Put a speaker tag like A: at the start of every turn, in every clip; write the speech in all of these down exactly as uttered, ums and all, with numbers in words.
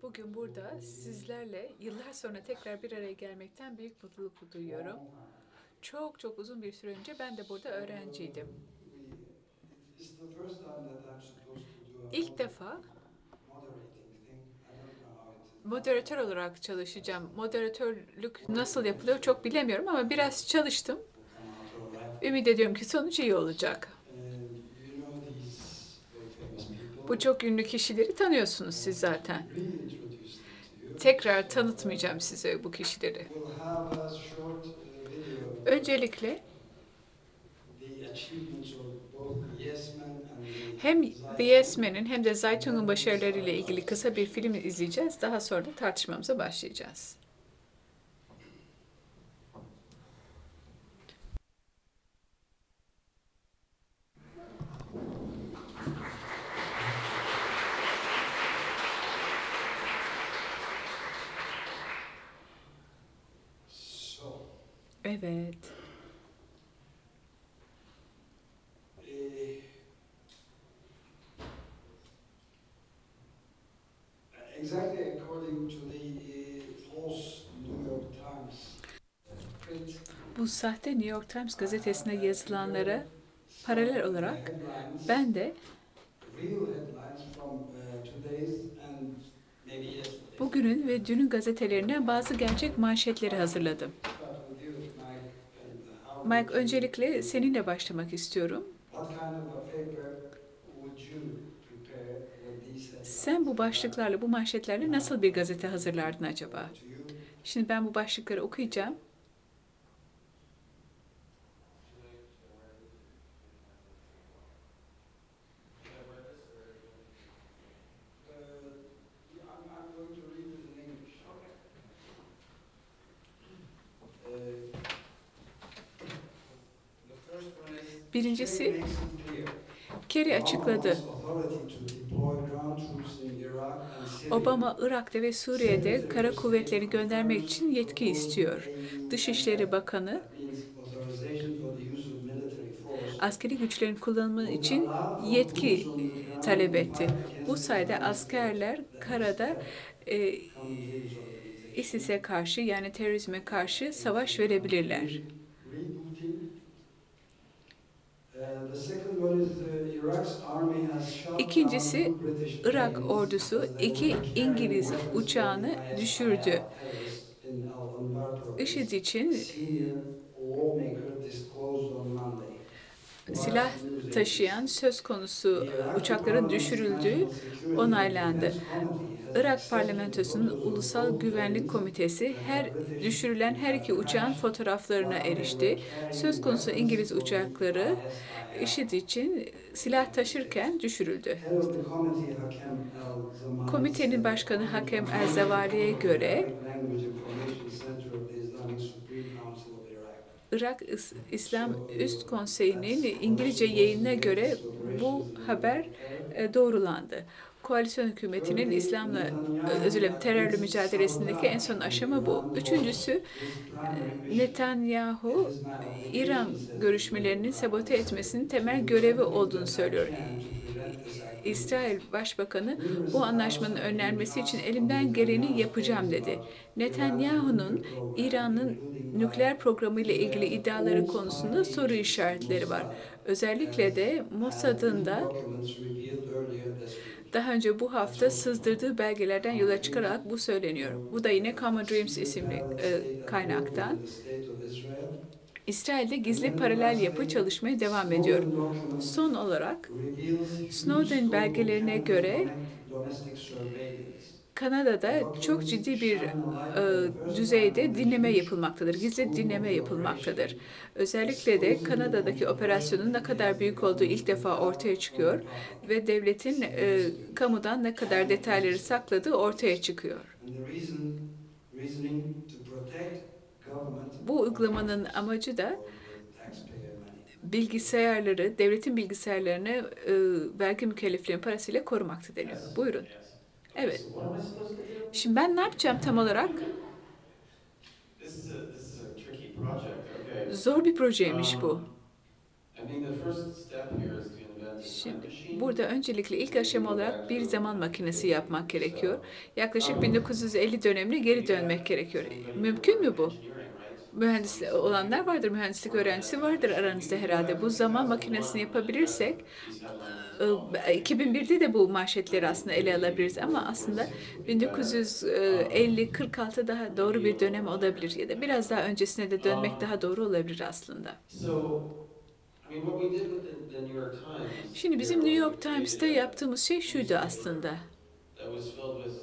A: Bugün burada sizlerle yıllar sonra tekrar bir araya gelmekten büyük mutluluk duyuyorum.
B: Long time.
A: Çok çok uzun bir süre önce ben de burada
B: So
A: öğrenciydim.
B: we, it, it's the first time that I'm supposed to do a
A: İlk
B: moder,
A: defa
B: moderating thing. I don't know how it is done.
A: moderatör olarak çalışacağım. Moderatörlük nasıl yapılıyor çok bilemiyorum ama biraz çalıştım.
B: Will come out all right.
A: Ümit ediyorum ki sonuç iyi olacak.
B: And you know these very famous
A: Bu
B: people.
A: çok ünlü kişileri tanıyorsunuz
B: I
A: siz
B: want to
A: zaten.
B: reintroduce them to you.
A: Tekrar
B: So,
A: tanıtmayacağım
B: uh,
A: size bu kişileri.
B: we'll have a short uh, video of
A: Öncelikle
B: the achievements of both Yes Men and
A: hem
B: the
A: The
B: Zeitung.
A: Yes Men'in hem de Zeitung'un başarılarıyla ilgili kısa bir film izleyeceğiz. Daha sonra da tartışmamıza başlayacağız.
B: So,
A: Evet.
B: eh, exactly according to the uh, false New York Times print,
A: Bu sahte New York Times gazetesine
B: uh,
A: yazılanlara
B: some
A: paralel
B: of the
A: olarak
B: headlines,
A: ben de
B: real headlines from uh, today's and maybe yesterday's.
A: bugünün ve dünün gazetelerinden bazı gerçek manşetleri hazırladım.
B: Start with you, Mike, and how
A: Mike,
B: would you-
A: öncelikle seninle başlamak istiyorum.
B: What kind of a paper would you prepare with these headlines?
A: Sen bu başlıklarla, bu manşetlerle nasıl bir gazete hazırlardın acaba?
B: To you.
A: Şimdi ben bu başlıkları okuyacağım.
B: Uh, yeah, I'm, I'm going to read it in English. Uh, the first one is
A: Birincisi,
B: Kerry makes it clear.
A: Kerry açıkladı.
B: Obama wants authority to deploy ground troops in Iraq and Syria.
A: Obama, Irak'ta ve Suriye'de kara kuvvetleri göndermek için yetki istiyor. Dışişleri Bakanı,
B: That means authorization for the use of military force.
A: askeri güçlerin kullanımı için yetki talep etti. Bu sayede askerler karada e, ISIS'e karşı, yani terörizme karşı savaş verebilirler.
B: Rebooting. Uh, the second one is uh, Iraq's army has shot
A: İkincisi,
B: down two British
A: Irak
B: planes
A: ordusu
B: as they
A: iki
B: were carrying
A: İngiliz
B: weapons
A: uçağını
B: for the
A: düşürdü.
B: I S I L terrorists in Al-Anbar province.
A: IŞİD için
B: Senior lawmaker disclosed on Monday.
A: silah taşıyan söz konusu uçakların düşürüldüğü onaylandı. Irak parlamentosunun Ulusal Güvenlik Komitesi her düşürülen her iki uçağın fotoğraflarına erişti. Söz konusu İngiliz uçakları IŞİD için silah taşırken düşürüldü. Komitenin başkanı Hakem El-Zavali'ye göre Irak İs- İslam Üst Konseyi'nin İngilizce yayınına göre bu haber e, doğrulandı. Koalisyon hükümetinin İslam'la, e, özür dilerim, terörle mücadelesindeki en son aşama bu. Üçüncüsü, e, Netanyahu İran görüşmelerinin sabote etmesinin temel görevi olduğunu söylüyor. İsrail Başbakanı bu anlaşmanın önlenmesi için elimden geleni yapacağım dedi. Netanyahu'nun İran'ın nükleer programı ile ilgili iddiaları konusunda soru işaretleri var. Özellikle de Mossad'ın da daha önce bu hafta sızdırdığı belgelerden yola çıkarak bu söyleniyor. Bu da yine Common Dreams isimli e, kaynaktan. İsrail'de gizli paralel yapı çalışmaya devam ediyor. Son olarak Snowden belgelerine göre Kanada'da çok ciddi bir e, düzeyde dinleme yapılmaktadır. Gizli dinleme yapılmaktadır. Özellikle de Kanada'daki operasyonun ne kadar büyük olduğu ilk defa ortaya çıkıyor ve devletin e, kamudan ne kadar detayları sakladığı ortaya çıkıyor. Bu uygulamanın amacı da bilgisayarları, devletin bilgisayarlarını e, vergi mükelleflerinin parasıyla korumakta deniyor. Buyurun. Evet. Şimdi ben ne yapacağım tam olarak? Zor bir projeymiş bu.
C: I mean, the first step here is to invent
A: Şimdi burada öncelikle ilk aşama olarak bir zaman makinesi yapmak gerekiyor. Yaklaşık bin dokuz yüz elli dönemine geri dönmek gerekiyor. Mümkün mü bu? Mühendis olanlar vardır, mühendislik öğrencisi vardır aranızda herhalde. Bu zaman makinesini yapabilirsek, e, iki bin birde de bu manşetleri aslında ele alabiliriz ama aslında bin dokuz yüz elli kırk altı daha doğru bir dönem olabilir ya da biraz daha öncesine de dönmek
C: Um,
A: daha doğru olabilir aslında.
C: so, I mean, what we did with the, the New York Times,
A: Şimdi
C: we
A: bizim
C: were
A: New
C: able to
A: York
C: create
A: Times'ta
C: a
A: yaptığımız şey şuydu
C: newspaper
A: aslında.
C: that was filled with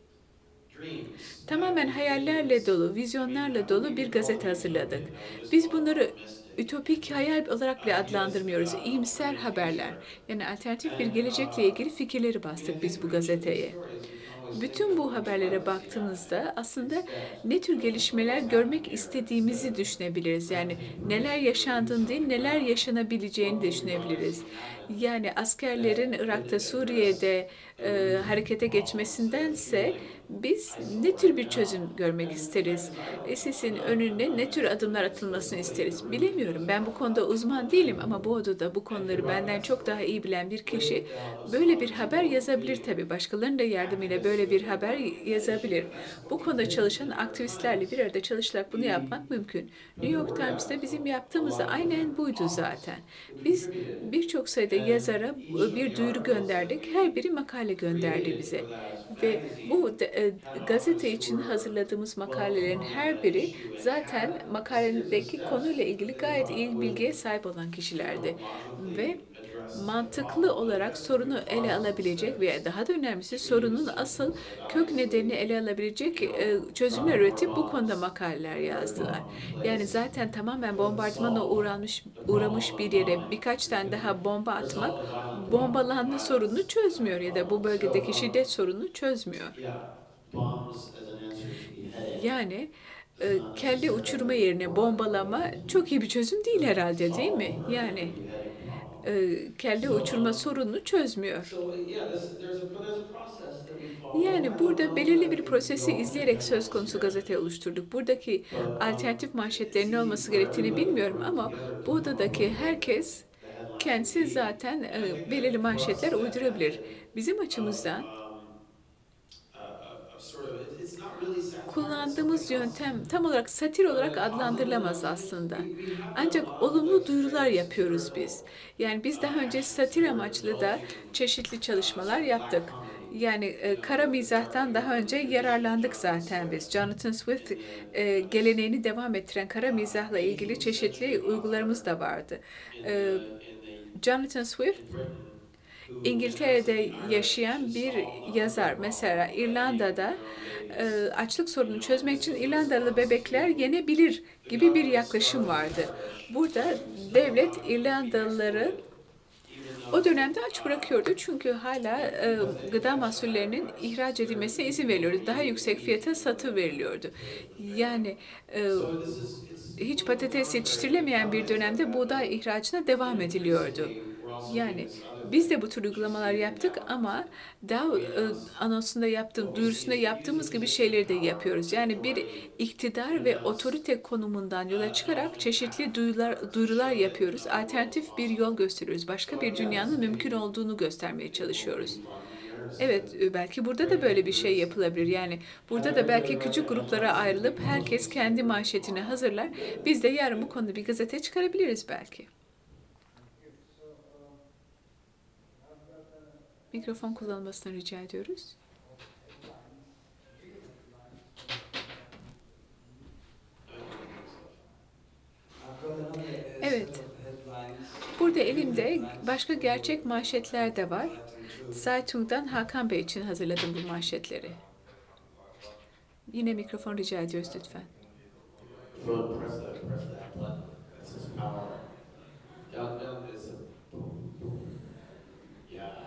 C: dreams that
A: Tamamen
C: we
A: hayallerle
C: visions.
A: dolu,
C: I mean,
A: vizyonlarla
C: I wouldn't
A: dolu bir
C: even call
A: gazete
C: them
A: hazırladık.
C: utopian. I would just
A: Biz
C: call them
A: bunları
C: optimistic.
A: ütopik hayal olarak bile
C: Ideas
A: adlandırmıyoruz.
C: about a
A: İyimser
C: great
A: haberler.
C: future.
A: Yani alternatif bir
C: And
A: gelecekle
C: uh,
A: ilgili fikirleri
C: I mean, I
A: bastık
C: think
A: biz bu
C: when we read these
A: gazeteye.
C: stories, we can always think
A: Bütün
C: that
A: bu
C: we would like
A: haberlere
C: to see happen.
A: baktığımızda aslında
C: Instead,
A: ne tür gelişmeler
C: what's happening
A: görmek
C: here
A: istediğimizi
C: instead.
A: düşünebiliriz.
C: And I
A: Yani
C: think we're
A: neler
C: we're really
A: yaşandığını değil,
C: starting
A: neler
C: now.
A: yaşanabileceğini
C: What we would like to
A: düşünebiliriz.
C: see happen
A: Yani
C: that
A: askerlerin
C: that
A: Irak'ta,
C: didn't address
A: Suriye'de e,
C: everybody's
A: harekete
C: problems that is
A: geçmesindense
C: fueling
A: biz
C: ISIL
A: ne tür
C: right
A: bir
C: now.
A: çözüm görmek
C: And
A: isteriz?
C: frankly, I don't know. I'm
A: ISIS'in
C: not I'm
A: önüne
C: not
A: ne
C: an
A: tür
C: expert
A: adımlar
C: in this, but
A: atılmasını
C: somebody in
A: isteriz?
C: the room
A: Bilemiyorum.
C: does
A: Ben bu
C: know a
A: konuda
C: lot
A: uzman
C: about
A: değilim
C: that.
A: ama bu odada bu
C: And
A: konuları
C: could write
A: benden
C: that
A: çok daha
C: story,
A: iyi bilen bir
C: put
A: kişi
C: it out as
A: böyle bir
C: other
A: haber
C: people,
A: yazabilir
C: maybe
A: tabii. Başkalarının da yardımıyla
C: activists
A: böyle bir
C: within the
A: haber
C: organization,
A: yazabilir.
C: and that's
A: Bu
C: what we
A: konuda
C: did with
A: çalışan
C: the New York
A: aktivistlerle bir
C: Times.
A: arada çalışarak bunu
C: We
A: yapmak mümkün.
C: put
A: New
C: the
A: York
C: word out
A: Times'ta bizim
C: to a
A: yaptığımız da
C: lot of
A: aynen
C: different
A: buydu
C: authors
A: zaten.
C: who
A: Biz
C: contributed.
A: birçok sayıda
C: And
A: yazara
C: each of
A: bir
C: the
A: duyuru
C: articles that
A: gönderdik.
C: we
A: Her biri makale gönderdi
C: created
A: bize.
C: for that
A: Ve
C: magazine
A: bu de- e,
C: had
A: gazete
C: authors who
A: için
C: were
A: hazırladığımız
C: well
A: makalelerin
C: informed on
A: her
C: that
A: biri
C: issue and had
A: zaten
C: a series of
A: makalendeki
C: steps
A: konuyla ilgili
C: that they
A: gayet
C: thought
A: iyi
C: would,
A: bilgiye sahip olan
C: you know,
A: kişilerdi. Ve
C: logically address the
A: mantıklı
C: problem, but
A: olarak
C: get to the
A: sorunu
C: root
A: ele
C: cause
A: alabilecek
C: instead.
A: ve daha da önemlisi
C: Treating the
A: sorunun asıl
C: symptoms. Like
A: kök nedenini
C: obviously,
A: ele alabilecek
C: you
A: e,
C: know,
A: çözümler
C: dropping more
A: üretip bu konuda
C: bombs
A: makaleler
C: in a very
A: yazdılar.
C: well-known
A: Yani
C: place
A: zaten tamamen
C: doesn't
A: bombardımana
C: solve
A: uğranmış
C: the problem
A: uğramış bir
C: of
A: yere
C: bombing.
A: birkaç
C: It
A: tane
C: can
A: daha bomba atmak
C: resolve the violent problem,
A: bombalanma
C: violence
A: sorununu çözmüyor
C: uh,
A: ya da bu
C: problem. So,
A: bölgedeki
C: um,
A: şiddet sorununu çözmüyor.
C: yeah, bombs as an answer to beheading
A: Yani
C: is
A: e,
C: not
A: kelle uçurma
C: necessarily
A: yerine
C: work.
A: bombalama çok iyi bir çözüm değil
C: Doesn't
A: herhalde, değil
C: solve
A: mi?
C: the
A: Yani
C: beheading problem.
A: e, kelle
C: So,
A: uçurma
C: um,
A: sorununu çözmüyor.
C: so yeah, this, there's a but there's a process that we follow.
A: Yani
C: I don't
A: burada
C: know
A: belirli
C: that
A: bir
C: it
A: prosesi
C: will
A: izleyerek
C: prevent
A: söz
C: us
A: konusu
C: here,
A: gazete oluşturduk. Buradaki
C: but um,
A: alternatif
C: it's
A: manşetlerin ne
C: easy
A: olması
C: for
A: gerektiğini
C: everybody to
A: bilmiyorum
C: group
A: ama
C: together to
A: bu
C: come up
A: odadaki
C: with what the,
A: herkes
C: the headline
A: kendisi
C: should be.
A: zaten
C: And I
A: e,
C: think
A: belirli
C: that for us
A: manşetler
C: that
A: uydurabilir.
C: method
A: Bizim
C: of
A: açımızdan
C: um, uh, of sort of it, it's not really satire, it's
A: kullandığımız
C: something else.
A: yöntem tam olarak satir
C: But
A: olarak
C: in positive
A: adlandırılamaz
C: announcements,
A: aslında.
C: we, we have done a
A: Ancak
C: lot of
A: olumlu
C: like
A: duyurular
C: very
A: yapıyoruz
C: satirical
A: biz. Yani biz
C: uh,
A: daha önce
C: actions
A: satir
C: that are
A: amaçlı da
C: indulging in
A: çeşitli
C: uh,
A: çalışmalar
C: sort of black
A: yaptık.
C: comedy,
A: Yani
C: you
A: e,
C: know,
A: kara
C: with the
A: mizahtan
C: carrying
A: daha
C: on the
A: önce
C: tradition of
A: yararlandık
C: Jonathan
A: zaten biz.
C: Swift
A: Jonathan Swift
C: in the
A: e,
C: uh,
A: geleneğini devam ettiren kara mizahla
C: uh,
A: ilgili
C: eighteenth century
A: çeşitli uygularımız
C: author
A: da vardı.
C: in
A: E,
C: the in the
A: Jonathan Swift
C: in Britain who
A: İngiltere'de
C: announced that the Irish
A: yaşayan
C: should
A: bir
C: solve the
A: yazar.
C: hunger
A: Mesela
C: problem by eating
A: İrlanda'da
C: their own
A: e,
C: babies.
A: açlık
C: You
A: sorununu
C: know, and
A: çözmek
C: this
A: için
C: was a
A: İrlandalı
C: response
A: bebekler
C: to
A: yenebilir
C: the
A: gibi bir
C: government
A: yaklaşım
C: starving the
A: vardı.
C: Irish
A: Burada
C: by still
A: devlet
C: allowing them to be
A: İrlandalıları
C: exploited, even
A: o
C: though
A: dönemde aç
C: uh,
A: bırakıyordu çünkü hala e,
C: because they
A: gıda
C: could ask for higher
A: mahsullerinin
C: prices.
A: ihraç
C: So their
A: edilmesine izin
C: people were
A: veriyordu. Daha
C: eating
A: yüksek
C: beef
A: fiyata
C: in order
A: satı veriliyordu.
C: to, to pay.
A: Yani e,
C: So this is it's
A: hiç
C: political
A: patates
C: commentary
A: yetiştirilemeyen bir
C: comments like
A: dönemde
C: that.
A: buğday ihracına devam
C: And
A: ediliyordu.
C: recently we're also doing
A: Yani
C: this other
A: biz
C: thing
A: de bu tür
C: which you
A: uygulamalar
C: see
A: yaptık
C: now.
A: ama daha
C: We
A: e,
C: announced
A: anonsunda yaptığım, duyurusunda
C: overseas
A: yaptığımız
C: using
A: gibi
C: existing
A: şeyleri de
C: power
A: yapıyoruz.
C: to
A: Yani bir
C: already
A: iktidar ve
C: announce
A: otorite konumundan yola
C: uh, an
A: çıkarak
C: alternate
A: çeşitli
C: path
A: duyurular,
C: to
A: duyurular
C: show that
A: yapıyoruz.
C: another world is
A: Alternatif bir
C: possible.
A: yol gösteriyoruz. Başka
C: So
A: bir
C: yeah,
A: dünyanın
C: this
A: mümkün
C: maybe
A: olduğunu göstermeye
C: it will
A: çalışıyoruz.
C: move on here instead
A: Evet, e, belki burada da
C: breaking
A: böyle bir
C: the
A: şey
C: news.
A: yapılabilir. Yani burada
C: Have
A: da
C: everybody
A: belki
C: read
A: küçük
C: it? I'm
A: gruplara
C: talking to
A: ayrılıp
C: people
A: herkes kendi manşetini hazırlar. Biz de yarın bu konuda bir gazete çıkarabiliriz belki. Mikrofon kullanılmasını rica ediyoruz. Evet. Burada elimde başka gerçek manşetler de var. Zeitung'dan Hakan Bey için hazırladım bu manşetleri. Yine mikrofon rica ediyoruz lütfen.
C: Well, press that, press that button. This is power. Down, down is a yeah.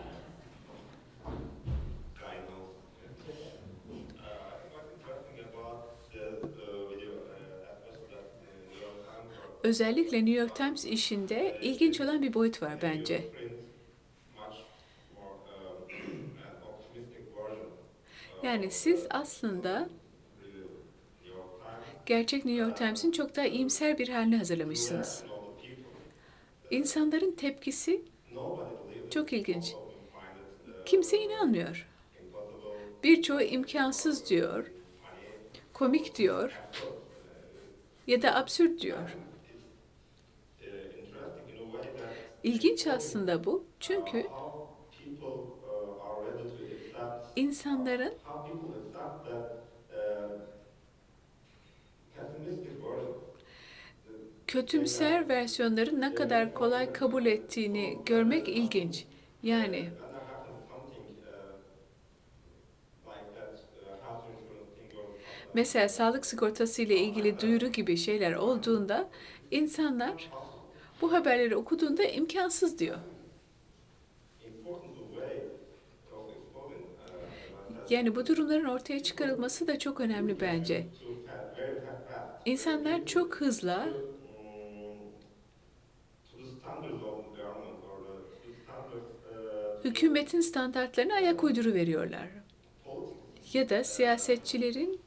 D: I know. Uh, what interesting about the uh, video, uh, aspect that uh, New York Times or
A: Özellikle New York Times işinde ilginç olan bir boyut var bence.
D: you print much more um, an optimistic version. uh,
A: Yani
D: of
A: siz
D: the
A: aslında
D: real New York Times.
A: gerçek New York Times'in çok daha iyimser bir halini
D: You
A: hazırlamışsınız.
D: have all the people.
A: İnsanların tepkisi
D: Nobody believed
A: Çok ilginç.
D: All of them find it uh,
A: Kimse inanmıyor.
D: impossible,
A: Birçoğu imkansız diyor,
D: funny,
A: komik diyor
D: absurd.
A: ya da absürt diyor.
D: Uh, interesting in a way that
A: İlginç aslında bu. Çünkü
D: uh, how people uh, are ready to accept
A: insanların
D: how people accept that uh, pessimistic version.
A: kötümser versiyonları ne kadar kolay kabul ettiğini görmek ilginç. Yani
D: When there happens something uh, like that, uh, health insurance thing or something
A: mesela sağlık sigortası ile ilgili duyuru gibi şeyler olduğunda insanlar bu haberleri okuduğunda imkansız diyor.
D: important way of exposing, uh, as I said,
A: Yani bu durumların ortaya çıkarılması da çok önemli bence.
D: to fast, very fast, fast.
A: İnsanlar çok hızla
D: Um, to the standards of the government or the, to the standards uh,
A: hükümetin standartlarına ayak uyduruveriyorlar.
D: politics
A: Ya da siyasetçilerin,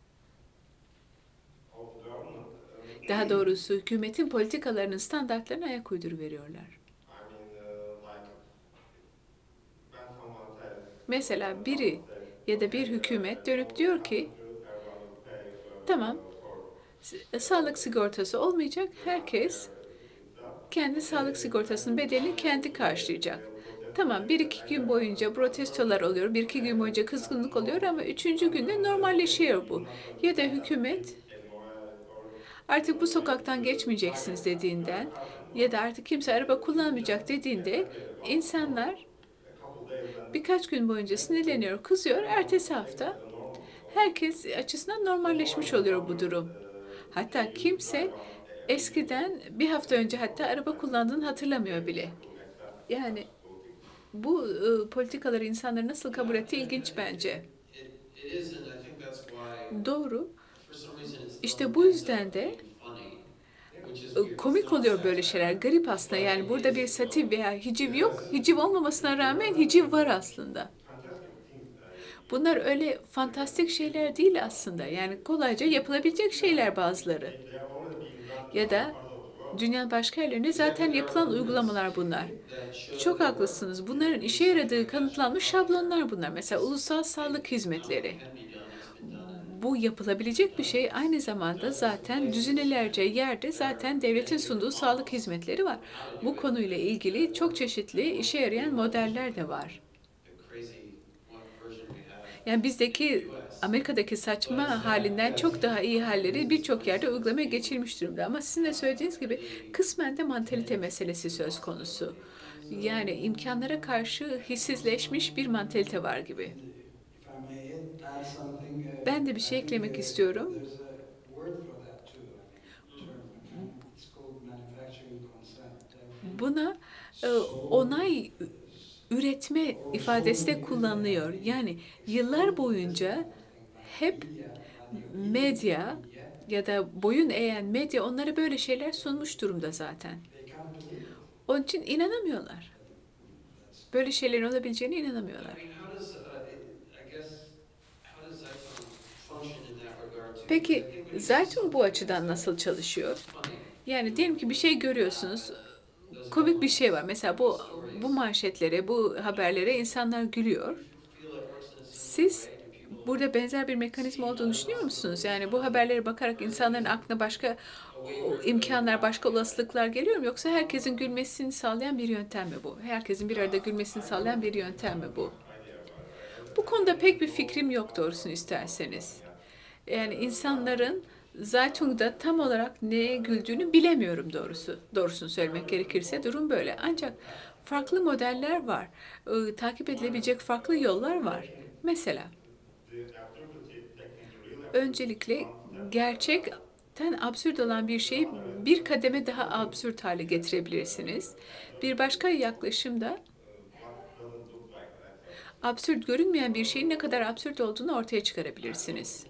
D: of the government. Um,
A: daha doğrusu hükümetin politikalarının standartlarına ayak uyduruveriyorlar.
D: I mean, uh, like when someone says,
A: Mesela biri ya da bir hükümet dönüp diyor ki, tamam, s- sağlık sigortası olmayacak, herkes kendi sağlık sigortasının bedelini kendi karşılayacak. Tamam, bir iki gün boyunca protestolar oluyor, bir iki gün boyunca kızgınlık oluyor ama üçüncü günde normalleşiyor bu. Ya da hükümet artık bu sokaktan geçmeyeceksiniz dediğinden ya da artık kimse araba kullanmayacak dediğinde insanlar birkaç gün boyunca sinirleniyor, kızıyor. Ertesi hafta herkes açısından normalleşmiş oluyor bu durum. Hatta kimse eskiden bir hafta önce hatta araba kullandığını hatırlamıyor bile. Yani bu e, politikaları insanlar nasıl kabul ettiği ilginç bence.
C: It, it is, and I think that's why,
A: Doğru.
C: for some reason, it still
A: İşte bu yüzden de
C: ends up being funny, which is
A: e,
C: weird. It's
A: komik
C: not
A: oluyor böyle
C: satire.
A: şeyler. Garip aslında. Yani burada bir satir veya hiciv yok. Hiciv olmamasına rağmen hiciv var aslında. Bunlar öyle fantastik şeyler değil aslında. Yani kolayca yapılabilecek şeyler bazıları. Ya da dünyanın başka yerlerinde zaten yapılan uygulamalar bunlar.
C: That show
A: Çok
C: that
A: haklısınız. Bunların işe yaradığı kanıtlanmış şablonlar bunlar. Mesela ulusal sağlık hizmetleri.
C: can be done, it's been done.
A: Bu yapılabilecek bir şey. Aynı zamanda zaten düzinelerce yerde zaten devletin sunduğu sağlık hizmetleri var. Bu konuyla ilgili çok çeşitli işe yarayan modeller de var.
C: The crazy one version we have
A: Yani bizdeki
C: in the U S.
A: Amerika'daki saçma halinden çok daha iyi halleri birçok yerde uygulamaya geçilmiş durumda. Ama sizin de söylediğiniz gibi kısmen de mantalite meselesi söz konusu. Yani imkanlara karşı hissizleşmiş bir mantalite var gibi.
B: If I may add something, uh,
A: Ben de bir
B: I
A: şey
B: think,
A: eklemek
B: uh,
A: istiyorum.
B: There's a word for that too, I mean, term. It's called manufacturing consent. Uh,
A: Buna e, onay üretme ifadesi de kullanılıyor. Yani yıllar boyunca hep medya ya da boyun eğen medya onlara böyle şeyler sunmuş durumda zaten.
B: They can't believe it.
A: Onun için inanamıyorlar. Böyle şeylerin olabileceğine inanamıyorlar.
C: I mean, how does, uh, it- I guess, how does Zyton function in that regard too?
A: Peki
C: Because I think when you see
A: Zaytun bu
C: something
A: açıdan
C: that's
A: nasıl çalışıyor?
C: funny,
A: Yani diyelim ki bir şey görüyorsunuz, komik bir şey var. Mesela bu bu manşetlere, bu haberlere insanlar gülüyor.
C: feel it works in a similar
A: Siz
C: way, do people
A: burada benzer bir mekanizma olduğunu düşünüyor musunuz? Yani bu haberlere bakarak insanların aklına başka o, imkanlar, başka olasılıklar geliyor mu? Yoksa herkesin gülmesini sağlayan bir yöntem mi bu? Herkesin bir arada gülmesini sağlayan bir yöntem mi bu? Bu konuda pek bir fikrim yok doğrusunu isterseniz. Yani insanların Zaytung'da tam olarak neye güldüğünü bilemiyorum doğrusu. Doğrusunu söylemek gerekirse durum böyle. Ancak farklı modeller var. Ee, takip edilebilecek farklı yollar var. Mesela öncelikle gerçekten absürt olan bir şeyi bir kademe daha absürt hale getirebilirsiniz. Bir başka yaklaşımda absürt görünmeyen bir şeyin ne kadar absürt olduğunu ortaya çıkarabilirsiniz.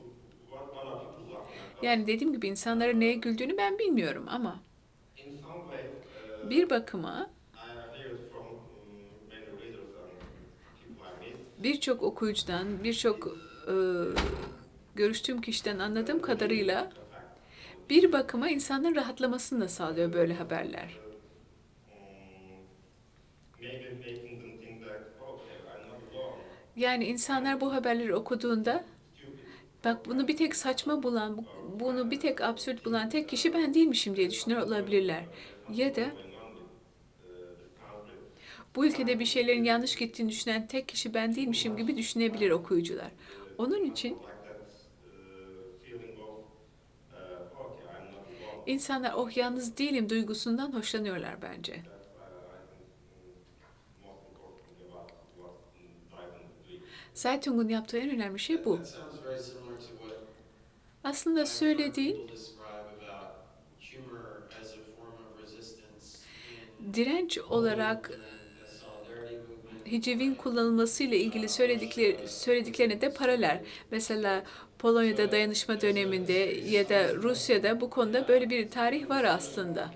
A: Yani dediğim gibi insanların neye güldüğünü ben bilmiyorum ama
D: In some way, uh,
A: bir bakıma
D: I hear it from um, many readers and people I meet.
A: birçok okuyucudan, birçok e, görüştüğüm kişiden anladığım kadarıyla bir bakıma insanların rahatlamasını da sağlıyor böyle haberler.
D: Um, maybe making
A: Yani insanlar bu haberleri okuduğunda, bak bunu bir tek saçma bulan, bunu bir tek absürt bulan tek kişi ben değilmişim diye düşünüyor olabilirler. Ya da bu ülkede bir şeylerin yanlış gittiğini düşünen tek kişi ben değilmişim gibi düşünebilir okuyucular. Onun için insanlar oh yalnız değilim duygusundan hoşlanıyorlar bence. Zeitung'un yaptığı en önemli şey bu.
C: That sounds very similar to what
A: Aslında
C: I've heard
A: söylediğin
C: people describe about humor as a form of resistance in
A: direnç olarak
C: the solidarity movement.
A: hicivin kullanılmasıyla ilgili söyledikleri, söylediklerine de paralel. Mesela Polonya'da dayanışma döneminde ya da Rusya'da bu konuda böyle bir tarih var aslında.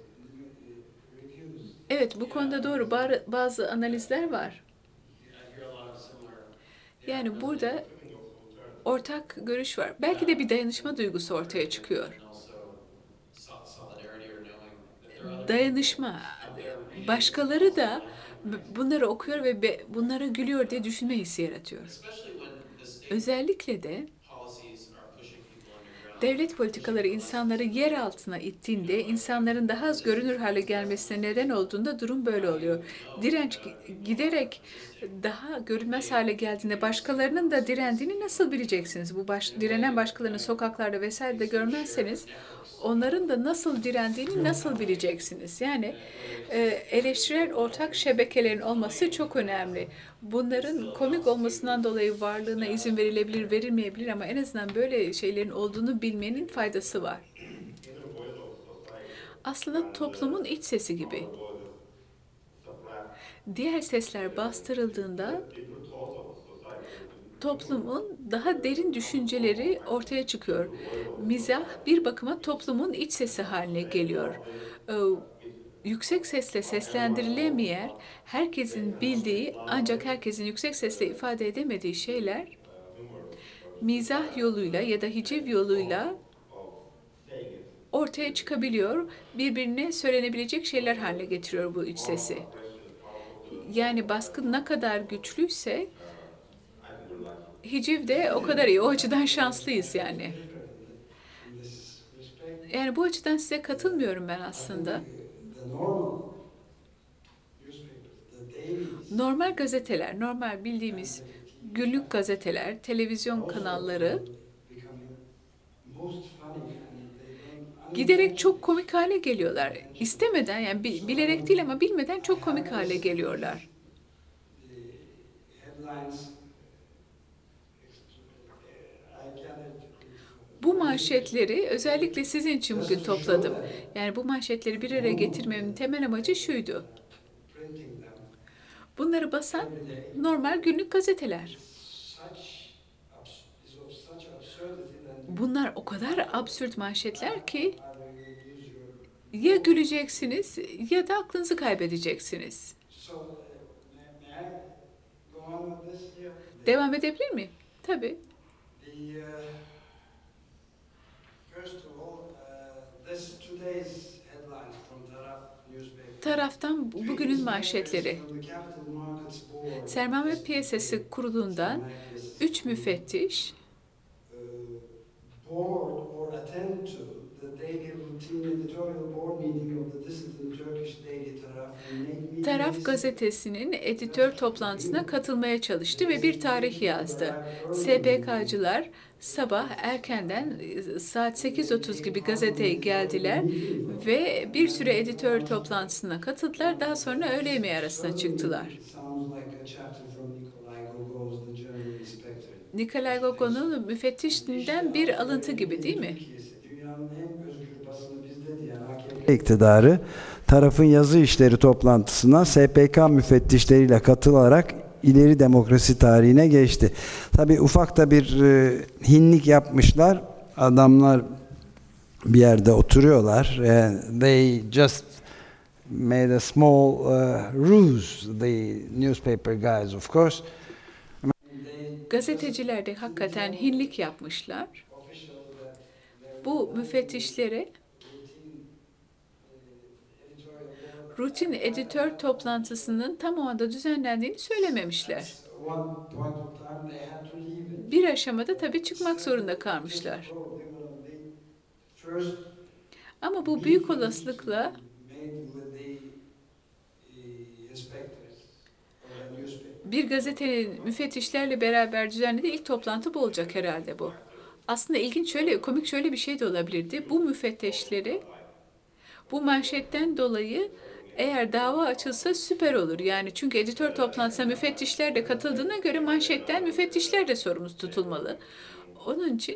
A: Evet, bu konuda doğru bazı analizler var.
C: I hear a lot of similar.
A: Yani burada ortak görüş var. Belki de bir dayanışma duygusu ortaya çıkıyor.
C: And also so- solidarity or knowing that there are other
A: Dayanışma. Başkaları da b- bunları okuyor ve be- bunlara gülüyor diye düşünme hissi yaratıyor.
C: especially when the state
A: Özellikle de
C: policies are pushing people underground.
A: devlet politikaları insanları yer altına ittiğinde insanların daha az görünür hale gelmesine neden olduğunda durum böyle oluyor. Direnç gi- giderek daha görünmez hale geldiğinde başkalarının da direndiğini nasıl bileceksiniz? Bu baş, direnen başkalarını sokaklarda vesaire de görmezseniz onların da nasıl direndiğini nasıl bileceksiniz? Yani e, eleştirel ortak şebekelerin olması çok önemli. Bunların komik olmasından dolayı varlığına izin verilebilir, verilmeyebilir ama en azından böyle şeylerin olduğunu bilmenin faydası var. Aslında toplumun iç sesi gibi. Diğer sesler bastırıldığında toplumun daha derin düşünceleri ortaya çıkıyor. Mizah bir bakıma toplumun iç sesi haline geliyor. Ee, yüksek sesle seslendirilemeyen, herkesin bildiği ancak herkesin yüksek sesle ifade edemediği şeyler mizah yoluyla ya da hiciv yoluyla ortaya çıkabiliyor, birbirine söylenebilecek şeyler haline getiriyor bu iç sesi. Yani baskı ne kadar güçlüyse hiciv de o kadar iyi. O açıdan şanslıyız yani.
B: In this respect,
A: Yani bu açıdan size katılmıyorum ben
B: I think
A: aslında.
B: the normal newspapers, the dailies,
A: Normal gazeteler, normal bildiğimiz günlük gazeteler, televizyon kanalları
B: becoming most funny and they don't
A: giderek çok komik hale geliyorlar. İstemeden yani bi- bilerek değil ama bilmeden çok komik hale geliyorlar.
B: the headlines. I gathered
A: Bu manşetleri özellikle sizin için bugün topladım. Yani bu manşetleri bir araya getirmemin temel amacı şuydu.
B: printing them
A: Bunları basan
B: every day.
A: normal günlük gazeteler.
B: Such abs- is of such absurdity that
A: Bunlar o kadar absürt manşetler ki
B: either you lose your.
A: ya güleceksiniz ya da aklınızı kaybedeceksiniz.
B: So uh, may, may I go on with this here?
A: Devam edebilir miyim? Tabii.
B: The uh, first of all, uh, this today's headlines from Taraf newspaper.
A: Taraftan bu- bugünün manşetleri.
B: From the Capital Markets Board,
A: Sermaye Piyasası Kurulu'ndan üç müfettiş
B: uh, board or attend to the daily routine editorial board meeting of the dissident Turkish daily Taraf and make me
A: Taraf gazetesinin editör toplantısına katılmaya çalıştı ve bir tarih yazdı. S P K'cılar sabah erkenden e, saat sekiz otuz gibi gazeteye geldiler ve bir süre editör toplantısına katıldılar. Daha sonra öğle yemeği arasına çıktılar.
B: Sounds like a chapter from Nikolai Gogol's The German Inspector.
A: Nikolay Gogol'un müfettişinden bir alıntı gibi değil mi?
B: Dünyanın en özgür basını bizde diyen A K P iktidarı tarafın yazı işleri toplantısına S P K müfettişleriyle katılarak ileri demokrasi tarihine geçti. Tabii ufak da bir e, hinlik yapmışlar. Adamlar bir yerde oturuyorlar. And they just made a small uh, ruse, the newspaper guys of course.
A: Gazeteciler de hakikaten hinlik yapmışlar. Bu müfettişlere rutin editör toplantısının tam o anda düzenlendiğini söylememişler. Bir aşamada tabii çıkmak zorunda kalmışlar. Ama bu büyük olasılıkla bir gazetenin müfettişlerle beraber düzenlediği ilk toplantı bu olacak herhalde bu. Aslında ilginç şöyle, komik şöyle bir şey de olabilirdi. Bu müfettişleri bu manşetten dolayı eğer dava açılsa süper olur. Yani çünkü editör toplantısına müfettişler de katıldığına göre manşetten müfettişler de sorumlu tutulmalı. Onun için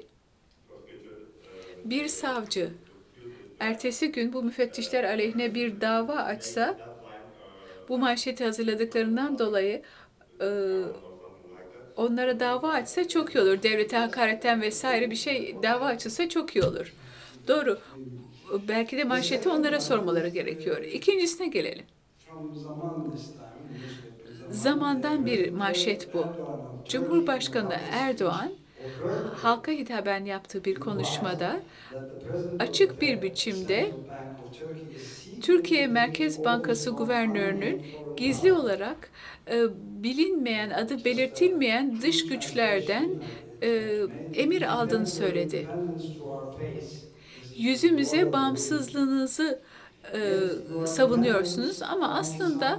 A: bir savcı ertesi gün bu müfettişler aleyhine bir dava açsa, bu manşeti hazırladıklarından dolayı e, onlara dava açsa çok iyi olur. Devlete hakaretten vesaire bir şey dava açılsa çok iyi olur. Doğru. Belki de manşeti onlara sormaları gerekiyor. İkincisine gelelim. Zamandan bir manşet bu. Cumhurbaşkanı Erdoğan halka hitaben yaptığı bir konuşmada açık bir biçimde Türkiye Merkez Bankası Guvernörü'nün gizli olarak e, bilinmeyen, adı belirtilmeyen dış güçlerden e, emir aldığını söyledi. Yüzümüze bağımsızlığınızı e, savunuyorsunuz ama aslında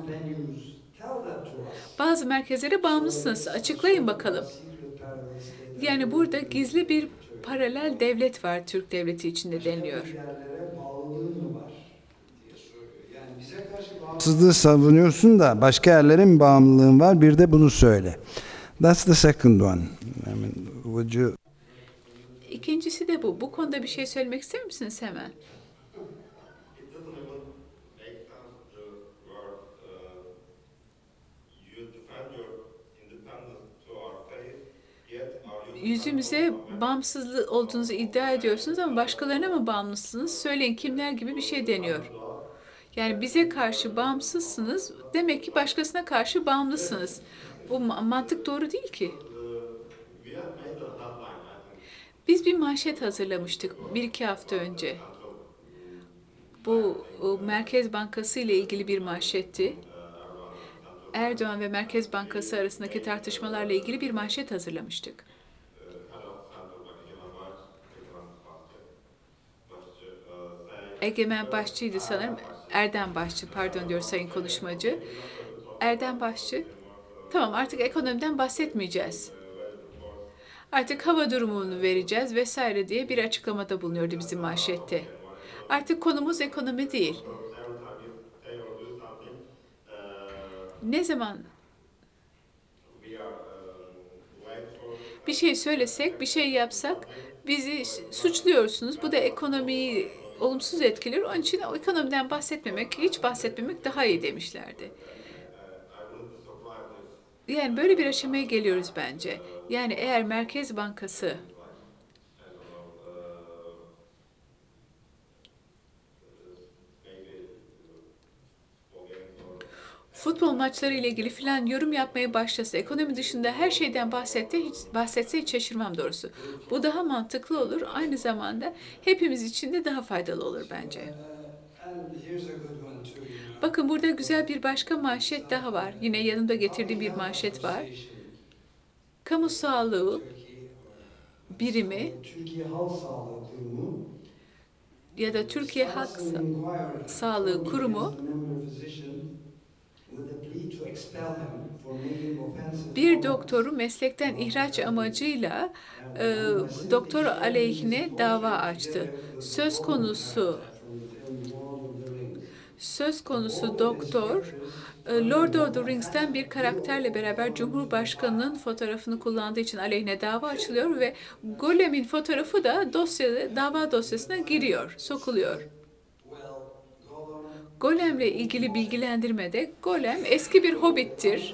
A: bazı merkezlere bağımlısınız. Açıklayın bakalım. Yani burada gizli bir paralel devlet var Türk devleti içinde deniliyor.
B: Bağımsızlığı savunuyorsun da başka yerlere mi bağımlılığın var? Bir de bunu söyle. That's the second one. I mean, would you...
A: İkincisi de bu. Bu konuda bir şey söylemek ister misiniz hemen?
D: It doesn't even make sense the word uh, you defend your independence to our face, yet are you
A: Yüzümüze bağımsızlığı olduğunuzu iddia ediyorsunuz ama başkalarına mı bağımlısınız? Söyleyin kimler gibi bir şey deniyor. Yani bize karşı bağımsızsınız, demek ki başkasına karşı bağımlısınız. Bu mantık doğru değil ki.
D: we have made a headline, I think,
A: Biz bir manşet hazırlamıştık bir iki hafta önce. Bu o, Merkez Bankası ile ilgili bir manşetti. Erdoğan ve Merkez Bankası arasındaki tartışmalarla ilgili bir manşet hazırlamıştık. Egemen Başçı'ydı sanırım. Erdem Başçı, pardon diyor sayın konuşmacı. Erdem Başçı, tamam artık ekonomiden bahsetmeyeceğiz. Artık hava durumunu vereceğiz vesaire diye bir açıklamada bulunuyordu bizim manşette. Artık konumuz ekonomi değil. Ne zaman bir şey söylesek, bir şey yapsak bizi suçluyorsunuz. Bu da ekonomiyi olumsuz etkiler. Onun için o ekonomiden bahsetmemek, hiç bahsetmemek daha iyi demişlerdi. Yani böyle bir aşamaya geliyoruz bence. Yani eğer Merkez Bankası futbol maçları ile ilgili filan yorum yapmaya başlasa, ekonomi dışında her şeyden bahsetse hiç, bahsetse hiç şaşırmam doğrusu. Bu daha mantıklı olur. Aynı zamanda hepimiz için de daha faydalı olur bence. Bakın burada güzel bir başka manşet daha var. Yine yanımda getirdiğim bir manşet var. Kamu sağlığı birimi ya da Türkiye Halk Sağlığı Kurumu bir doktoru meslekten ihraç amacıyla e, doktor aleyhine dava açtı. Söz konusu söz konusu doktor Lord of the Rings'ten bir karakterle beraber Cumhurbaşkanı'nın fotoğrafını kullandığı için aleyhine dava açılıyor ve Golem'in fotoğrafı da dosyada, dava dosyasına giriyor, sokuluyor. Golem'le ilgili bilgilendirmede Golem eski bir hobbittir.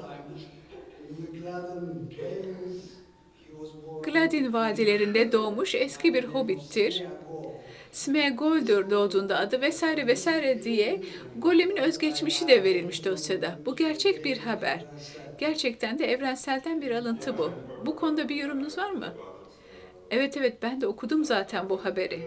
A: Gladin vadilerinde doğmuş eski bir hobbittir. Smeagol'dur doğduğunda adı vesaire vesaire diye Golem'in özgeçmişi de verilmiş dosyada. Bu gerçek bir haber. Gerçekten de evrenselden bir alıntı bu. Bu konuda bir yorumunuz var mı? Evet evet ben de okudum zaten bu haberi.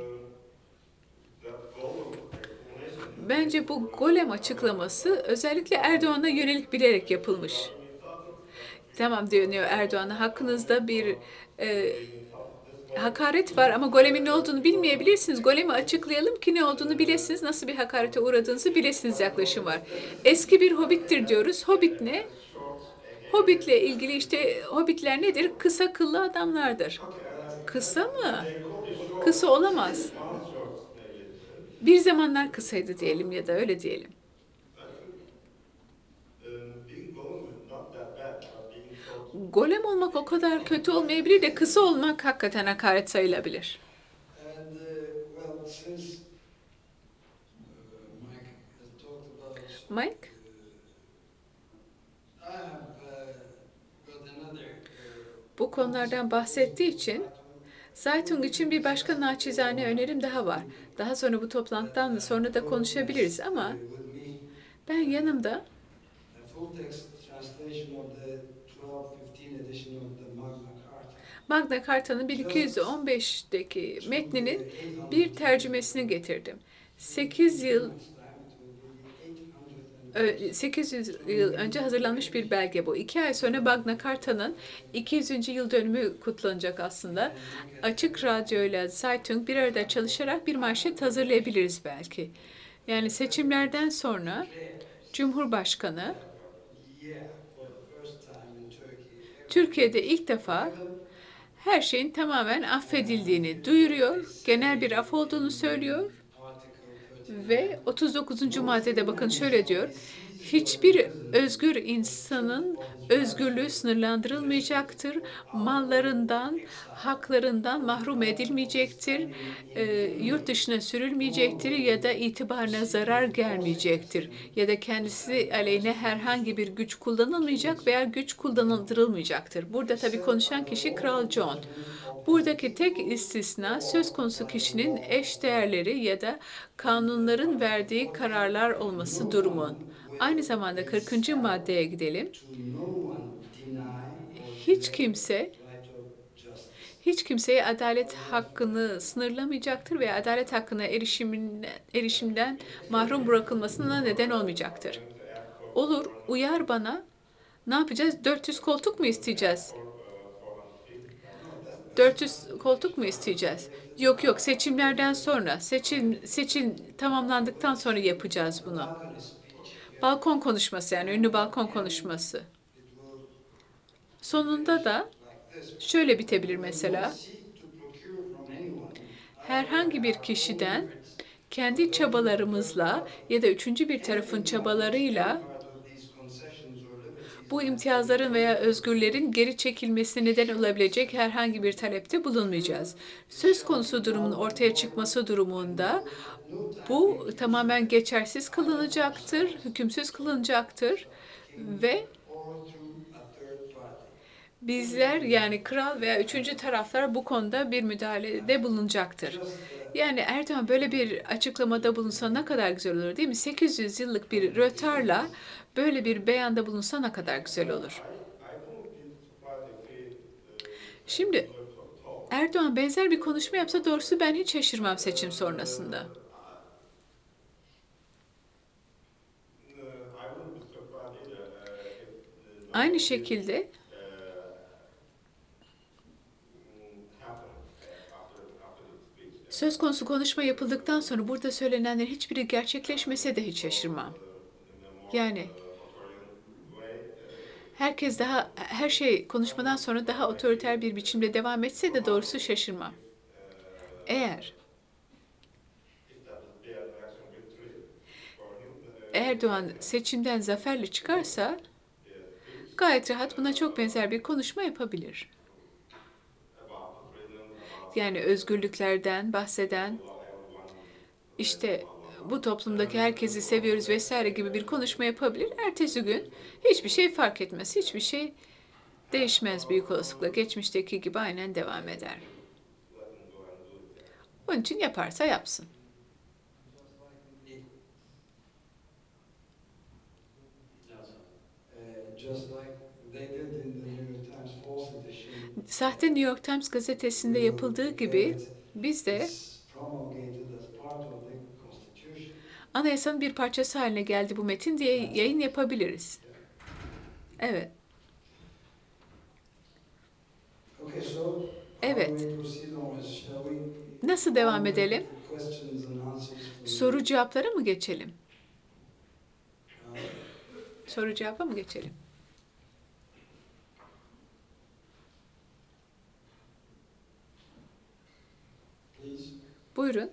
A: Bence bu Golem açıklaması özellikle Erdoğan'a yönelik bilerek yapılmış. tamam diyor Erdoğan'a, hakkınızda bir e, hakaret var ama golemin ne olduğunu bilmeyebilirsiniz. Golemi açıklayalım ki ne olduğunu bilesiniz, nasıl bir hakarete uğradığınızı bilesiniz yaklaşım var. Eski bir hobbittir diyoruz. Hobbit ne? Hobbit'le ilgili işte hobbitler nedir? Kısa kıllı adamlardır. Kısa mı? Kısa olamaz. Bir zamanlar kısaydı diyelim ya da öyle diyelim. Golem olmak o kadar kötü olmayabilir de kısa olmak hakikaten hakaret sayılabilir. Mike? Bu konulardan bahsettiği için Zeitung için bir başka naçizane önerim daha var. Daha sonra bu toplantıdan sonra da konuşabiliriz ama ben yanımda Magna Carta'nın bin iki yüz on beşteki metninin bir tercümesini getirdim. sekiz yıl sekiz yüz yıl önce hazırlanmış bir belge bu. İki ay sonra Magna Carta'nın iki yüzüncü yıl dönümü kutlanacak aslında. Açık Radyo ile Zeitung bir arada çalışarak bir manşet hazırlayabiliriz belki. Yani seçimlerden sonra Cumhurbaşkanı Türkiye'de ilk defa her şeyin tamamen affedildiğini duyuruyor, genel bir af olduğunu söylüyor ve otuz dokuzuncu maddede bakın şöyle diyor: hiçbir özgür insanın özgürlüğü sınırlandırılmayacaktır, mallarından, haklarından mahrum edilmeyecektir, e, yurt dışına sürülmeyecektir ya da itibarına zarar gelmeyecektir ya da kendisi aleyhine herhangi bir güç kullanılmayacak veya güç kullanılmayacaktır. Burada tabii konuşan kişi Kral John. Buradaki tek istisna söz konusu kişinin eş değerleri ya da kanunların verdiği kararlar olması durumu. Aynı zamanda kırkıncı maddeye gidelim. Hiç kimse hiç kimseye adalet hakkını sınırlamayacaktır veya adalet hakkına erişiminden, erişimden mahrum bırakılmasına neden olmayacaktır. Olur, uyar bana. Ne yapacağız? dört yüz koltuk mu isteyeceğiz? dört yüz koltuk mu isteyeceğiz? Yok yok, seçimlerden sonra, seçim seçim tamamlandıktan sonra yapacağız bunu. Balkon konuşması, yani ünlü balkon konuşması. Sonunda da şöyle bitebilir mesela: herhangi bir kişiden kendi çabalarımızla ya da üçüncü bir tarafın çabalarıyla bu imtiyazların veya özgürlerin geri çekilmesine neden olabilecek herhangi bir talepte bulunmayacağız. Söz konusu durumun ortaya çıkması durumunda bu tamamen geçersiz kılınacaktır, hükümsüz kılınacaktır ve bizler, yani kral veya üçüncü taraflar bu konuda bir müdahalede bulunacaktır. Yani Erdoğan böyle bir açıklamada bulunsa ne kadar güzel olur, değil mi? sekiz yüz yıllık bir rötarla böyle bir beyanda bulunsa ne kadar güzel olur. Şimdi Erdoğan benzer bir konuşma yapsa doğrusu ben hiç şaşırmam seçim sonrasında. Aynı şekilde söz konusu konuşma yapıldıktan sonra burada söylenenlerin hiçbiri gerçekleşmese de hiç şaşırmam. Yani herkes daha, her şey konuşmadan sonra daha otoriter bir biçimde devam etse de doğrusu şaşırmam. Eğer Erdoğan seçimden zaferle çıkarsa gayet rahat buna çok benzer bir konuşma yapabilir. Yani özgürlüklerden bahseden, işte bu toplumdaki herkesi seviyoruz vesaire gibi bir konuşma yapabilir. Ertesi gün hiçbir şey fark etmez, hiçbir şey değişmez büyük olasılıkla. Geçmişteki gibi aynen devam eder. Onun için yaparsa yapsın. Sahte New York Times gazetesinde yapıldığı gibi biz de anayasanın bir parçası haline geldi bu metin diye yayın yapabiliriz. Evet. Evet. Nasıl devam edelim? Soru cevaplara mı geçelim? Soru cevapa mı geçelim? Buyurun.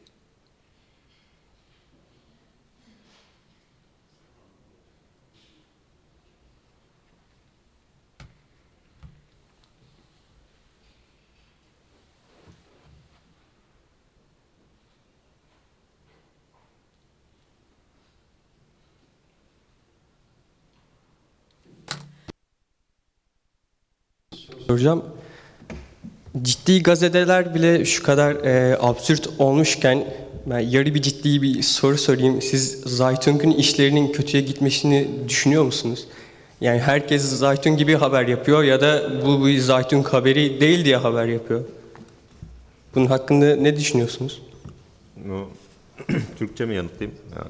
E: Hocam, ciddi gazeteler bile şu kadar e, absürt olmuşken ben yarı bir ciddi bir soru sorayım. Siz Zaytung'un işlerinin kötüye gitmesini düşünüyor musunuz? Yani herkes Zaytung gibi haber yapıyor ya da bu bir Zaytung haberi değil diye haber yapıyor. Bunun hakkında ne düşünüyorsunuz?
F: No. Türkçe mi yanıtlayayım? Ya.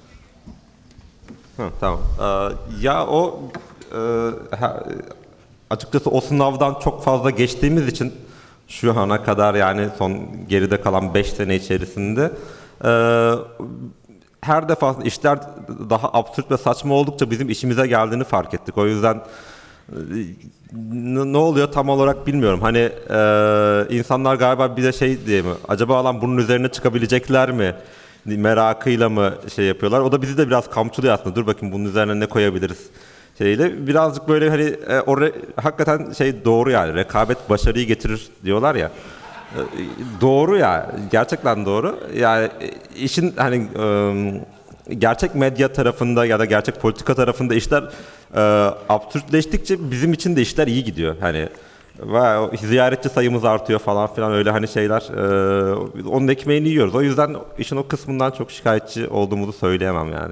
F: Ha, tamam. Ee, ya o e, ha, açıkçası o sınavdan çok fazla geçtiğimiz için şu ana kadar yani son geride kalan beş sene içerisinde e, her defasında işler daha absürt ve saçma oldukça bizim işimize geldiğini fark ettik. O yüzden ne oluyor tam olarak bilmiyorum. Hani e, insanlar galiba bize şey diye mi? Acaba lan bunun üzerine çıkabilecekler mi? Merakıyla mı şey yapıyorlar? O da bizi de biraz kamçılıyor aslında. Dur bakayım bunun üzerine ne koyabiliriz? Şeyle birazcık böyle hani e, o re, hakikaten şey doğru yani. Rekabet başarıyı getirir diyorlar ya. E, doğru ya. Gerçekten doğru. Yani işin hani e, gerçek medya tarafında ya da gerçek politika tarafında işler e, absürtleştikçe bizim için de işler iyi gidiyor. Hani ve ziyaretçi sayımız artıyor falan filan öyle hani şeyler. E, onun ekmeğini yiyoruz. O yüzden işin o kısmından çok şikayetçi olduğumuzu söyleyemem yani.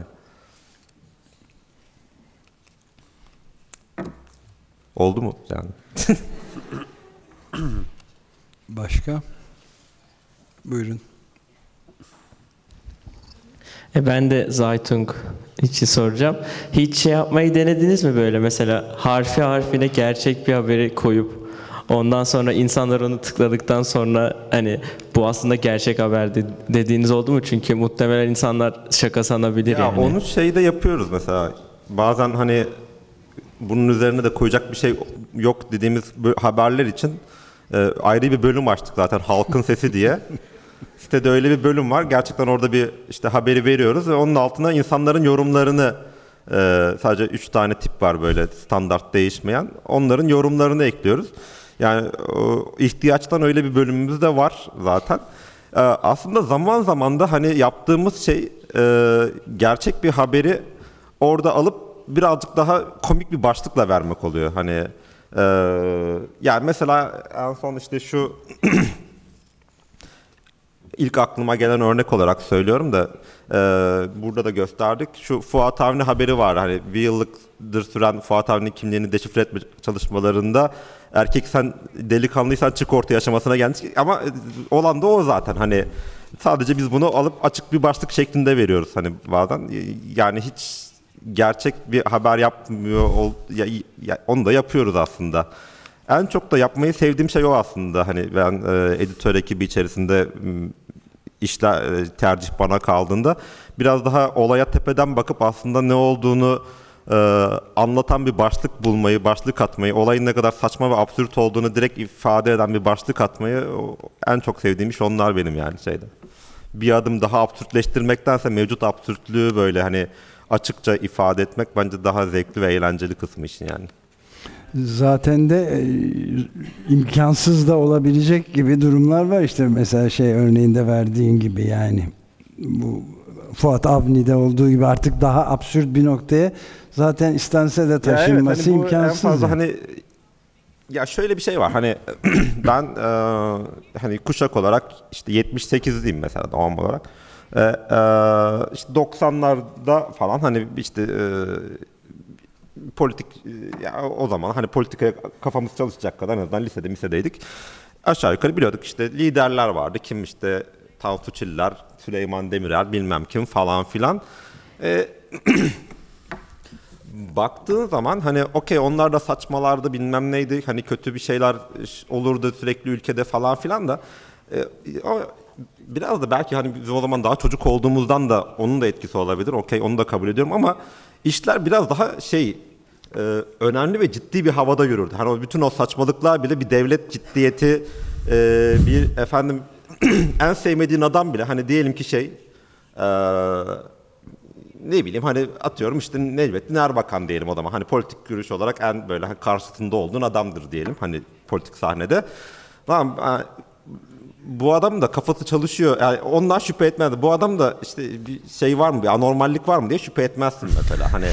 F: Oldu mu yani?
B: Başka? Buyurun.
G: E ben de Zaytung için soracağım. Hiç şey yapmayı denediniz mi böyle mesela harfi harfine gerçek bir haberi koyup ondan sonra insanlar onu tıkladıktan sonra hani bu aslında gerçek haberdi dediğiniz oldu mu? Çünkü muhtemelen insanlar şaka sanabilir
F: ya
G: yani.
F: Onu şeyde yapıyoruz mesela. Bazen hani bunun üzerine de koyacak bir şey yok dediğimiz haberler için e, ayrı bir bölüm açtık zaten Halkın Sesi diye. Sitede öyle bir bölüm var. Gerçekten orada bir işte haberi veriyoruz ve onun altına insanların yorumlarını e, sadece üç tane tip var böyle standart değişmeyen. Onların yorumlarını ekliyoruz. Yani o, ihtiyaçtan öyle bir bölümümüz de var zaten. E, aslında zaman zaman da hani yaptığımız şey e, gerçek bir haberi orada alıp birazcık daha komik bir başlıkla vermek oluyor. Hani e, yani mesela en son işte şu ilk aklıma gelen örnek olarak söylüyorum da e, burada da gösterdik. Şu Fuat Avni haberi var. Hani bir yıllıktır süren Fuat Avni kimliğini deşifre etme çalışmalarında erkek sen delikanlıysan çık ortaya aşamasına gelmiş. Ama olan da o zaten. Hani sadece biz bunu alıp açık bir başlık şeklinde veriyoruz. Hani bazen yani hiç gerçek bir haber yapmıyor. Ya, ya, onu da yapıyoruz aslında. En çok da yapmayı sevdiğim şey o aslında. Hani ben e, editör ekibi içerisinde işler e, tercih bana kaldığında biraz daha olaya tepeden bakıp aslında ne olduğunu e, anlatan bir başlık bulmayı, başlık atmayı, olayın ne kadar saçma ve absürt olduğunu direkt ifade eden bir başlık atmayı o, en çok sevdiğim iş onlar benim yani şeyde. Bir adım daha absürtleştirmektense mevcut absürtlüğü böyle hani açıkça ifade etmek bence daha zevkli ve eğlenceli kısmı işin yani.
B: Zaten de e, imkansız da olabilecek gibi durumlar var işte mesela şey örneğinde verdiğin gibi yani bu Fuat Avni'de olduğu gibi artık daha absürt bir noktaya zaten istense de taşınması
F: ya evet, hani
B: imkansız.
F: En fazla
B: yani.
F: hani ya şöyle bir şey var hani ben e, hani kuşak olarak işte yetmiş sekizliyim mesela doğum olarak. E, e, işte doksanlarda falan hani işte e, politik ya o zaman hani politikaya kafamız çalışacak kadar en azından lisede misedeydik. Aşağı yukarı biliyorduk işte liderler vardı. Kim işte Tansu Çiller, Süleyman Demirel bilmem kim falan filan. Ee, baktığın zaman hani okey onlar da saçmalardı bilmem neydi hani kötü bir şeyler olurdu sürekli ülkede falan filan da e, o, biraz da belki hani biz o zaman daha çocuk olduğumuzdan da onun da etkisi olabilir. Okey onu da kabul ediyorum ama işler biraz daha şey e, önemli ve ciddi bir havada yürürdü. Hani o bütün o saçmalıklar bile bir devlet ciddiyeti e, bir efendim en sevmediğin adam bile hani diyelim ki şey e, ne bileyim hani atıyorum işte Necmettin Erbakan diyelim o zaman. Hani politik görüş olarak en böyle karşısında olduğun adamdır diyelim hani politik sahnede. Tamam bu adam da kafası çalışıyor. Yani ondan şüphe etmez. Bu adam da işte bir şey var mı, bir anormallik var mı diye şüphe etmezsin mesela. Hani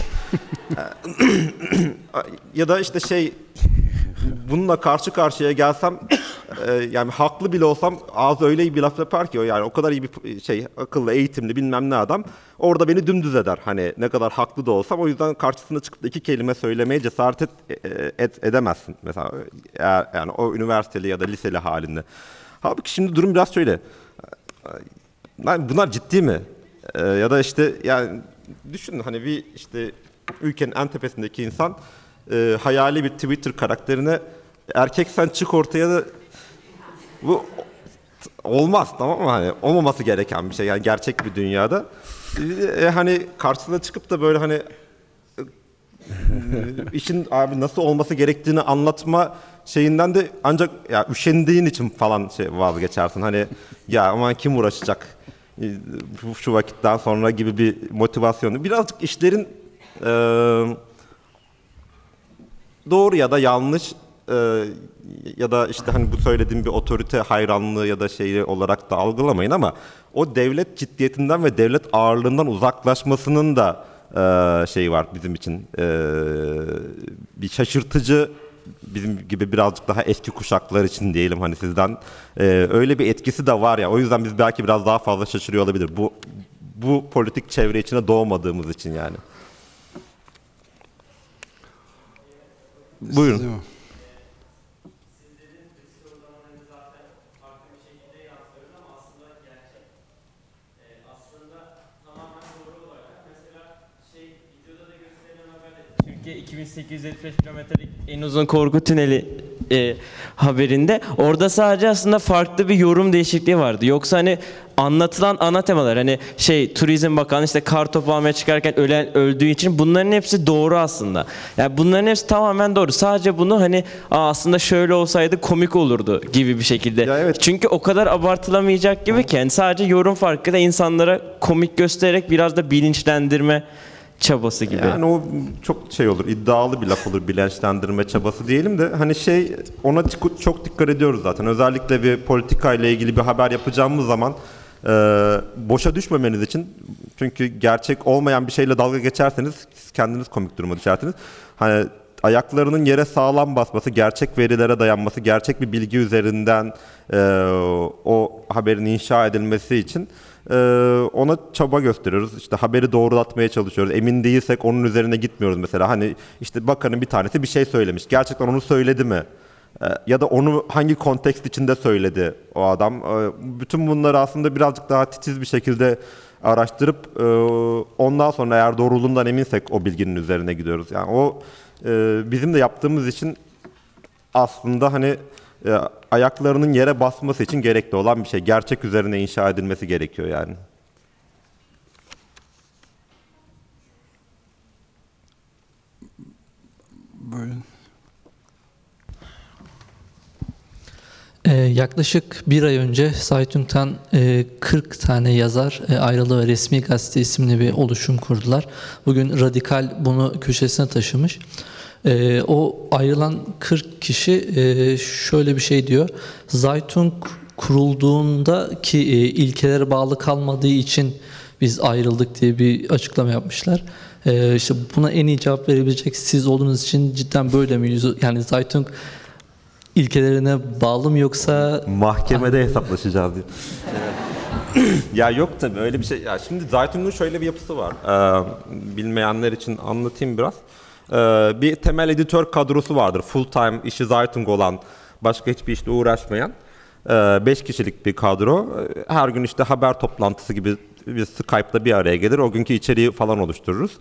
F: ya da işte şey bununla karşı karşıya gelsem e, yani haklı bile olsam ağzı öyle iyi bir laf yapar ki o yani o kadar iyi bir şey akıllı, eğitimli bilmem ne adam orada beni dümdüz eder. Hani ne kadar haklı da olsam o yüzden karşısına çıkıp da iki kelime söylemeye cesaret et, et, edemezsin. Mesela eğer, yani o üniversiteli ya da liseli halinde. Halbuki şimdi durum biraz şöyle. Bunlar ciddi mi? Ee, ya da işte yani düşünün hani bir işte ülkenin en tepesindeki insan e, hayali bir Twitter karakterine erkek sen çık ortaya da bu olmaz tamam mı? Hani olmaması gereken bir şey yani gerçek bir dünyada. E, hani karşısına çıkıp da böyle hani e, işin abi nasıl olması gerektiğini anlatma şeyinden de ancak ya üşendiğin için falan şey vazgeçersin. Hani ya aman kim uğraşacak şu vakitten sonra gibi bir motivasyonu. Birazcık işlerin e, doğru ya da yanlış e, ya da işte hani bu söylediğim bir otorite hayranlığı ya da şeyi olarak da algılamayın ama o devlet ciddiyetinden ve devlet ağırlığından uzaklaşmasının da e, şeyi var bizim için e, bir şaşırtıcı bizim gibi birazcık daha eski kuşaklar için diyelim hani sizden e, öyle bir etkisi de var ya o yüzden biz belki biraz daha fazla şaşırıyor olabilir bu bu politik çevre içine doğmadığımız için yani. Buyurun.
G: Türkiye iki bin sekiz yüz yetmiş beş kilometrelik en uzun korku tüneli e, haberinde orada sadece aslında farklı bir yorum değişikliği vardı. Yoksa hani anlatılan ana temalar hani şey Turizm Bakanı işte kar topu almaya çıkarken ölen öldüğü için bunların hepsi doğru aslında. Yani bunların hepsi tamamen doğru. Sadece bunu hani aslında şöyle olsaydı komik olurdu gibi bir şekilde.
F: Ya evet.
G: Çünkü o kadar abartılamayacak gibi ki yani sadece yorum farkı da insanlara komik göstererek biraz da bilinçlendirme çabası gibi.
F: Yani o çok şey olur, iddialı bir laf olur, bilinçlendirme çabası diyelim de hani şey ona çok dikkat ediyoruz zaten. Özellikle bir politika ile ilgili bir haber yapacağımız zaman e, boşa düşmemeniz için çünkü gerçek olmayan bir şeyle dalga geçerseniz siz kendiniz komik duruma düşersiniz. Hani ayaklarının yere sağlam basması, gerçek verilere dayanması, gerçek bir bilgi üzerinden e, o haberin inşa edilmesi için Ee, ona çaba gösteriyoruz. İşte haberi doğrulatmaya çalışıyoruz. Emin değilsek onun üzerine gitmiyoruz mesela. Hani işte bakanın bir tanesi bir şey söylemiş. Gerçekten onu söyledi mi? Ee, ya da onu hangi kontekst içinde söyledi o adam? Ee, bütün bunları aslında birazcık daha titiz bir şekilde araştırıp e, ondan sonra eğer doğruluğundan eminsek o bilginin üzerine gidiyoruz. Yani o e, bizim de yaptığımız için aslında hani e, ayaklarının yere basması için gerekli olan bir şey. Gerçek üzerine inşa edilmesi gerekiyor yani.
B: Buyurun.
H: Ee, yaklaşık bir ay önce Zaytung'tan e, kırk tane yazar e, ayrıldı ve Resmi Gazete isimli bir oluşum kurdular. Bugün Radikal bunu köşesine taşımış. E, o ayrılan kırk kişi e, şöyle bir şey diyor. Zaytung kurulduğunda ki e, ilkelere bağlı kalmadığı için biz ayrıldık diye bir açıklama yapmışlar. E, işte buna en iyi cevap verebilecek siz olduğunuz için cidden böyle mi? Yani Zaytung ilkelerine bağlı mı yoksa
F: mahkemede hesaplaşacağız diyor. Ya yok tabii öyle bir şey. Ya şimdi Zaytung'un şöyle bir yapısı var. Ee, bilmeyenler için anlatayım biraz. Ee, bir temel editör kadrosu vardır. Full time işi Zaytung olan, başka hiçbir işle uğraşmayan. Ee, beş kişilik bir kadro. Her gün işte haber toplantısı gibi bir Skype'da bir araya gelir. O günkü içeriği falan oluştururuz.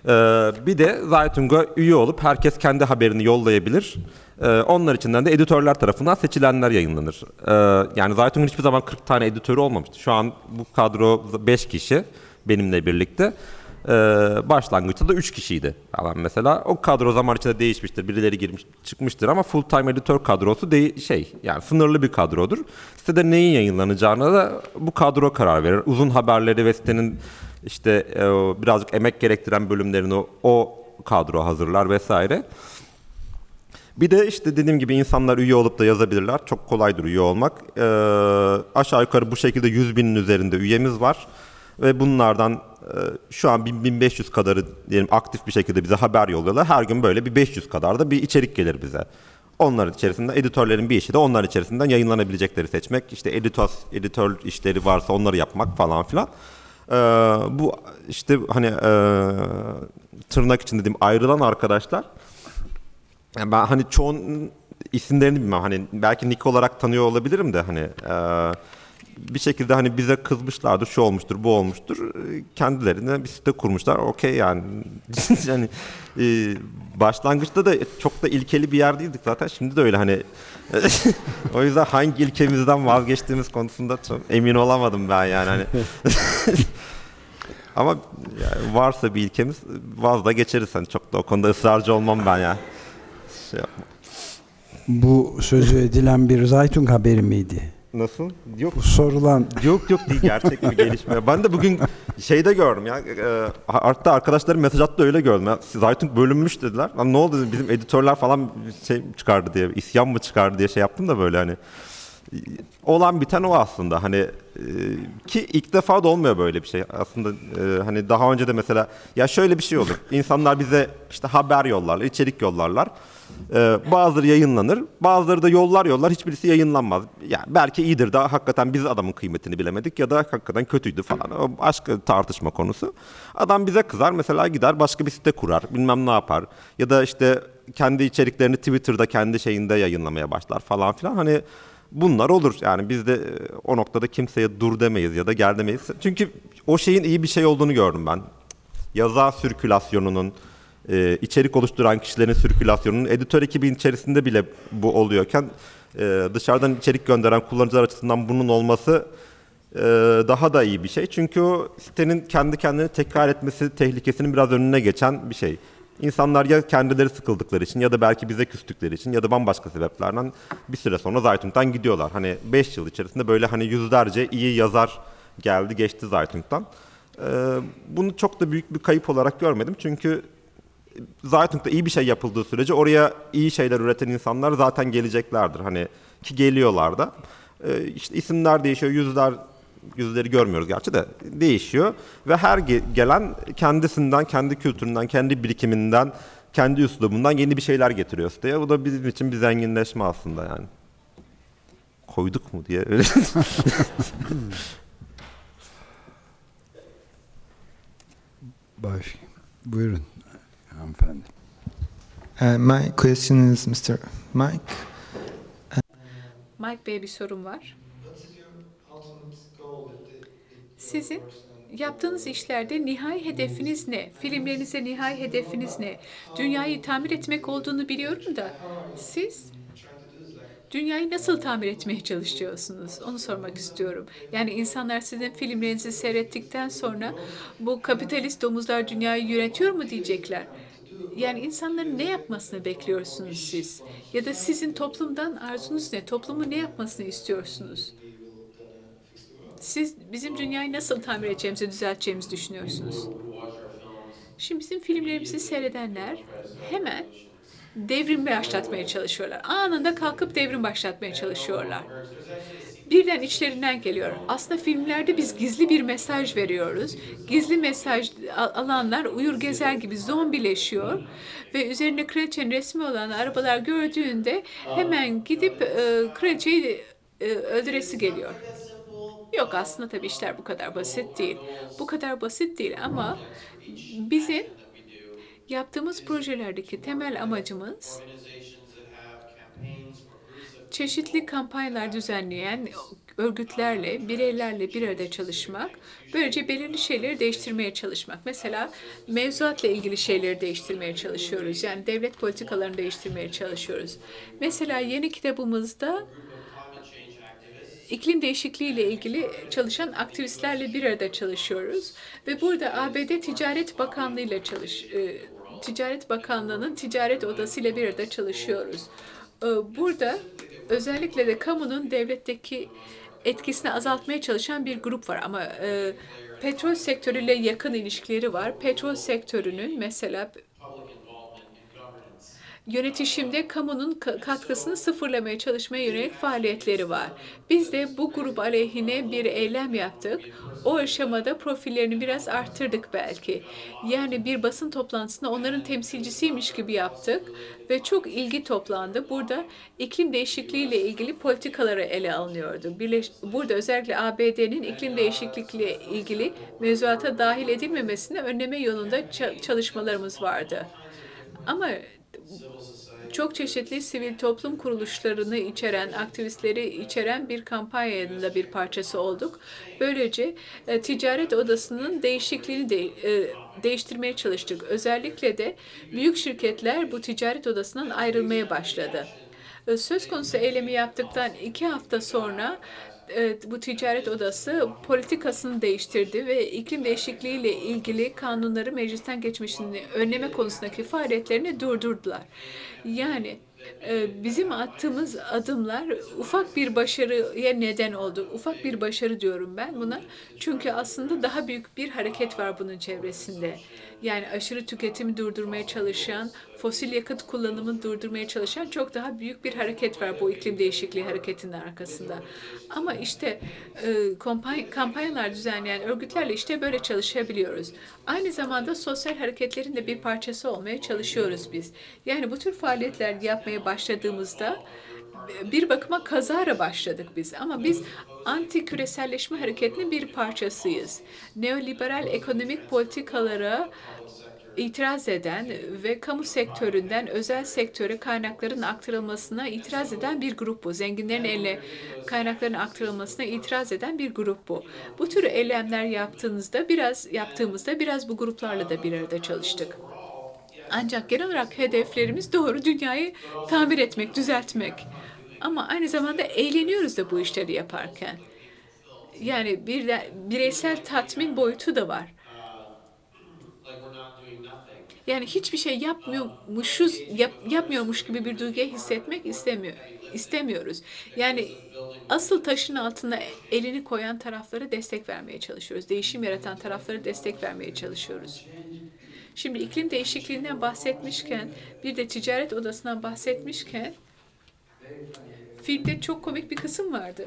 F: Ee, bir de Zeitung'a üye olup herkes kendi haberini yollayabilir. Ee, onlar içinden de editörler tarafından seçilenler yayınlanır. Ee, yani Zeitung'un hiçbir zaman kırk tane editörü olmamıştı. Şu an bu kadro beş kişi benimle birlikte. Ee, başlangıçta da üç kişiydi falan mesela. O kadro zaman içinde değişmiştir. Birileri girmiş çıkmıştır ama full time editör kadrosu değil şey yani sınırlı bir kadrodur. Sitede neyin yayınlanacağına da bu kadro karar verir. Uzun haberleri ve sitenin işte e, birazcık emek gerektiren bölümlerini o, o kadro hazırlar vesaire. Bir de işte dediğim gibi insanlar üye olup da yazabilirler. Çok kolaydır üye olmak. Ee, aşağı yukarı bu şekilde yüz binin üzerinde üyemiz var. Ve bunlardan e, şu an bin bin beş yüz kadarı diyelim aktif bir şekilde bize haber yolluyorlar. Her gün böyle bir beş yüz kadar da bir içerik gelir bize. Onlar içerisinde editörlerin bir işi de onlar içerisinden yayınlanabilecekleri seçmek. İşte editör, editör işleri varsa onları yapmak falan filan. Ee, bu işte hani e, tırnak için dediğim ayrılan arkadaşlar. Yani ben hani çoğun isimlerini bilmem. Hani belki nick olarak tanıyor olabilirim de hani e, bir şekilde hani bize kızmışlardır, şu olmuştur, bu olmuştur. Kendilerine bir site kurmuşlar. Okey yani. Yani e, başlangıçta da çok da ilkeli bir yer değildik zaten. Şimdi de öyle hani. O yüzden hangi ilkemizden vazgeçtiğimiz konusunda çok emin olamadım ben yani hani. Ama yani varsa bir ilkemiz vaz da geçeriz hani çok da o konuda ısrarcı olmam ben ya. Şey yapma.
B: Bu sözü edilen bir Zeitung haberi miydi?
F: Nasıl? Yok.
B: Bu sorulan...
F: Yok yok değil, gerçek bir gelişme. Ben de bugün şeyde gördüm ya. E, hatta arkadaşlarım mesaj attı, öyle gördüm ya. Zeitung bölünmüş dediler. Lan ne oldu, bizim editörler falan şey çıkardı diye, isyan mı çıkardı diye şey yaptım da böyle hani. Olan biten o aslında hani e, ki ilk defa da olmuyor böyle bir şey aslında e, hani daha önce de mesela ya şöyle bir şey olur, insanlar bize işte haber yollarlar, içerik yollarlar, e, bazıları yayınlanır, bazıları da yollar yollar hiçbirisi yayınlanmaz. Yani belki iyidir de hakikaten biz adamın kıymetini bilemedik ya da hakikaten kötüydü falan, o başka tartışma konusu. Adam bize kızar mesela, gider başka bir site kurar, bilmem ne yapar ya da işte kendi içeriklerini Twitter'da kendi şeyinde yayınlamaya başlar falan filan, hani bunlar olur. Yani biz de o noktada kimseye dur demeyiz ya da gel demeyiz. Çünkü o şeyin iyi bir şey olduğunu gördüm ben. Yazar sirkülasyonunun, e, içerik oluşturan kişilerin sirkülasyonunun editör ekibin içerisinde bile bu oluyorken e, dışarıdan içerik gönderen kullanıcılar açısından bunun olması e, daha da iyi bir şey. Çünkü o sitenin kendi kendini tekrar etmesi tehlikesinin biraz önüne geçen bir şey. İnsanlar ya kendileri sıkıldıkları için ya da belki bize küstükleri için ya da bambaşka sebeplerden bir süre sonra Zeitung'dan gidiyorlar. Hani beş yıl içerisinde böyle hani yüzlerce iyi yazar geldi geçti Zeitung'dan. Ee, bunu çok da büyük bir kayıp olarak görmedim. Çünkü Zeitung'da iyi bir şey yapıldığı sürece oraya iyi şeyler üreten insanlar zaten geleceklerdir. Hani ki geliyorlar da. Ee, işte isimler değişiyor, yüzler yüzleri görmüyoruz gerçi de, değişiyor ve her ge- gelen kendisinden, kendi kültüründen, kendi birikiminden, kendi üslubundan yeni bir şeyler getiriyor siteye. Bu da bizim için bir zenginleşme aslında yani. Koyduk mu diye.
B: Baş. Buyurun hanımefendi.
I: Uh, my question is mister Mike.
A: Mike Bey'e bir sorum var. Sizin yaptığınız işlerde nihai hedefiniz ne? Filmlerinize nihai hedefiniz ne? Dünyayı tamir etmek olduğunu biliyorum da siz dünyayı nasıl tamir etmeye çalışıyorsunuz? Onu sormak istiyorum. Yani insanlar sizin filmlerinizi seyrettikten sonra bu kapitalist domuzlar dünyayı yönetiyor mu diyecekler. Yani insanların ne yapmasını bekliyorsunuz siz? Ya da sizin toplumdan arzunuz ne? Toplumu ne yapmasını istiyorsunuz? Siz bizim dünyayı nasıl tamir edeceğimizi, düzelteceğimizi düşünüyorsunuz? Şimdi bizim filmlerimizi seyredenler hemen devrim başlatmaya çalışıyorlar. Anında kalkıp devrim başlatmaya çalışıyorlar. Birden içlerinden geliyor. Aslında filmlerde biz gizli bir mesaj veriyoruz. Gizli mesaj alanlar uyur gezer gibi zombileşiyor ve üzerine kraliçenin resmi olan arabalar gördüğünde hemen gidip e, kraliçeyi e, öldüresi geliyor. Yok, aslında tabii işler bu kadar basit değil. Bu kadar basit değil ama bizim yaptığımız projelerdeki temel amacımız çeşitli kampanyalar düzenleyen örgütlerle, bireylerle bir arada çalışmak, böylece belirli şeyleri değiştirmeye çalışmak. Mesela mevzuatla ilgili şeyleri değiştirmeye çalışıyoruz. Yani devlet politikalarını değiştirmeye çalışıyoruz. Mesela yeni kitabımızda iklim değişikliği ile ilgili çalışan aktivistlerle bir arada çalışıyoruz ve burada A B D Ticaret Bakanlığı ile çalış e, Ticaret Bakanlığı'nın ticaret odası ile bir arada çalışıyoruz. E, Burada özellikle de kamunun devletteki etkisini azaltmaya çalışan bir grup var ama e, petrol sektörüyle yakın ilişkileri var. Petrol sektörünün mesela yönetişimde kamunun katkısını sıfırlamaya çalışmaya yönelik faaliyetleri var. Biz de bu grup aleyhine bir eylem yaptık. O aşamada profillerini biraz arttırdık belki. Yani bir basın toplantısında onların temsilcisiymiş gibi yaptık ve çok ilgi toplandı. Burada iklim değişikliği ile ilgili politikaları ele alınıyordu. Birleş Burada özellikle A B D'nin iklim değişikliğiyle ilgili mevzuata dahil edilmemesini önleme yolunda çalışmalarımız vardı. Ama çok çeşitli sivil toplum kuruluşlarını içeren, aktivistleri içeren bir kampanyanın da bir parçası olduk. Böylece e, ticaret odasının değişikliğini de, e, değiştirmeye çalıştık. Özellikle de büyük şirketler bu ticaret odasından ayrılmaya başladı. E, söz konusu eylemi yaptıktan iki hafta sonra e, bu ticaret odası politikasını değiştirdi ve iklim değişikliği ile ilgili kanunları meclisten geçmişini önleme konusundaki faaliyetlerini durdurdular. Yani e, bizim attığımız adımlar ufak bir başarıya neden oldu. Ufak bir başarı diyorum ben buna. Çünkü aslında daha büyük bir hareket var bunun çevresinde. Yani aşırı tüketimi durdurmaya çalışan, fosil yakıt kullanımını durdurmaya çalışan çok daha büyük bir hareket var bu iklim değişikliği hareketinin arkasında. Ama işte e, kampanyalar düzenleyen örgütlerle işte böyle çalışabiliyoruz. Aynı zamanda sosyal hareketlerin de bir parçası olmaya çalışıyoruz biz. Yani bu tür faaliyetler yapmaya başladığımızda bir bakıma kazara başladık biz ama biz anti küreselleşme hareketinin bir parçasıyız. Neoliberal ekonomik politikalara itiraz eden ve kamu sektöründen özel sektöre kaynakların aktarılmasına itiraz eden bir grup bu. Zenginlerin eline kaynakların aktarılmasına itiraz eden bir grup bu. Bu tür eylemler yaptığınızda biraz yaptığımızda biraz bu gruplarla da bir arada çalıştık. Ancak genel olarak hedeflerimiz doğru dünyayı tamir etmek, düzeltmek. Ama aynı zamanda eğleniyoruz da bu işleri yaparken. Yani bir de bireysel tatmin boyutu da var. Yani hiçbir şey yapmıyormuşuz, yap, yapmıyormuş gibi bir duyguya hissetmek istemiyor, istemiyoruz. Yani asıl taşın altına elini koyan taraflara destek vermeye çalışıyoruz. Değişim yaratan taraflara destek vermeye çalışıyoruz. Şimdi iklim değişikliğinden bahsetmişken, bir de ticaret odasından bahsetmişken, filmde çok komik bir kısım vardı.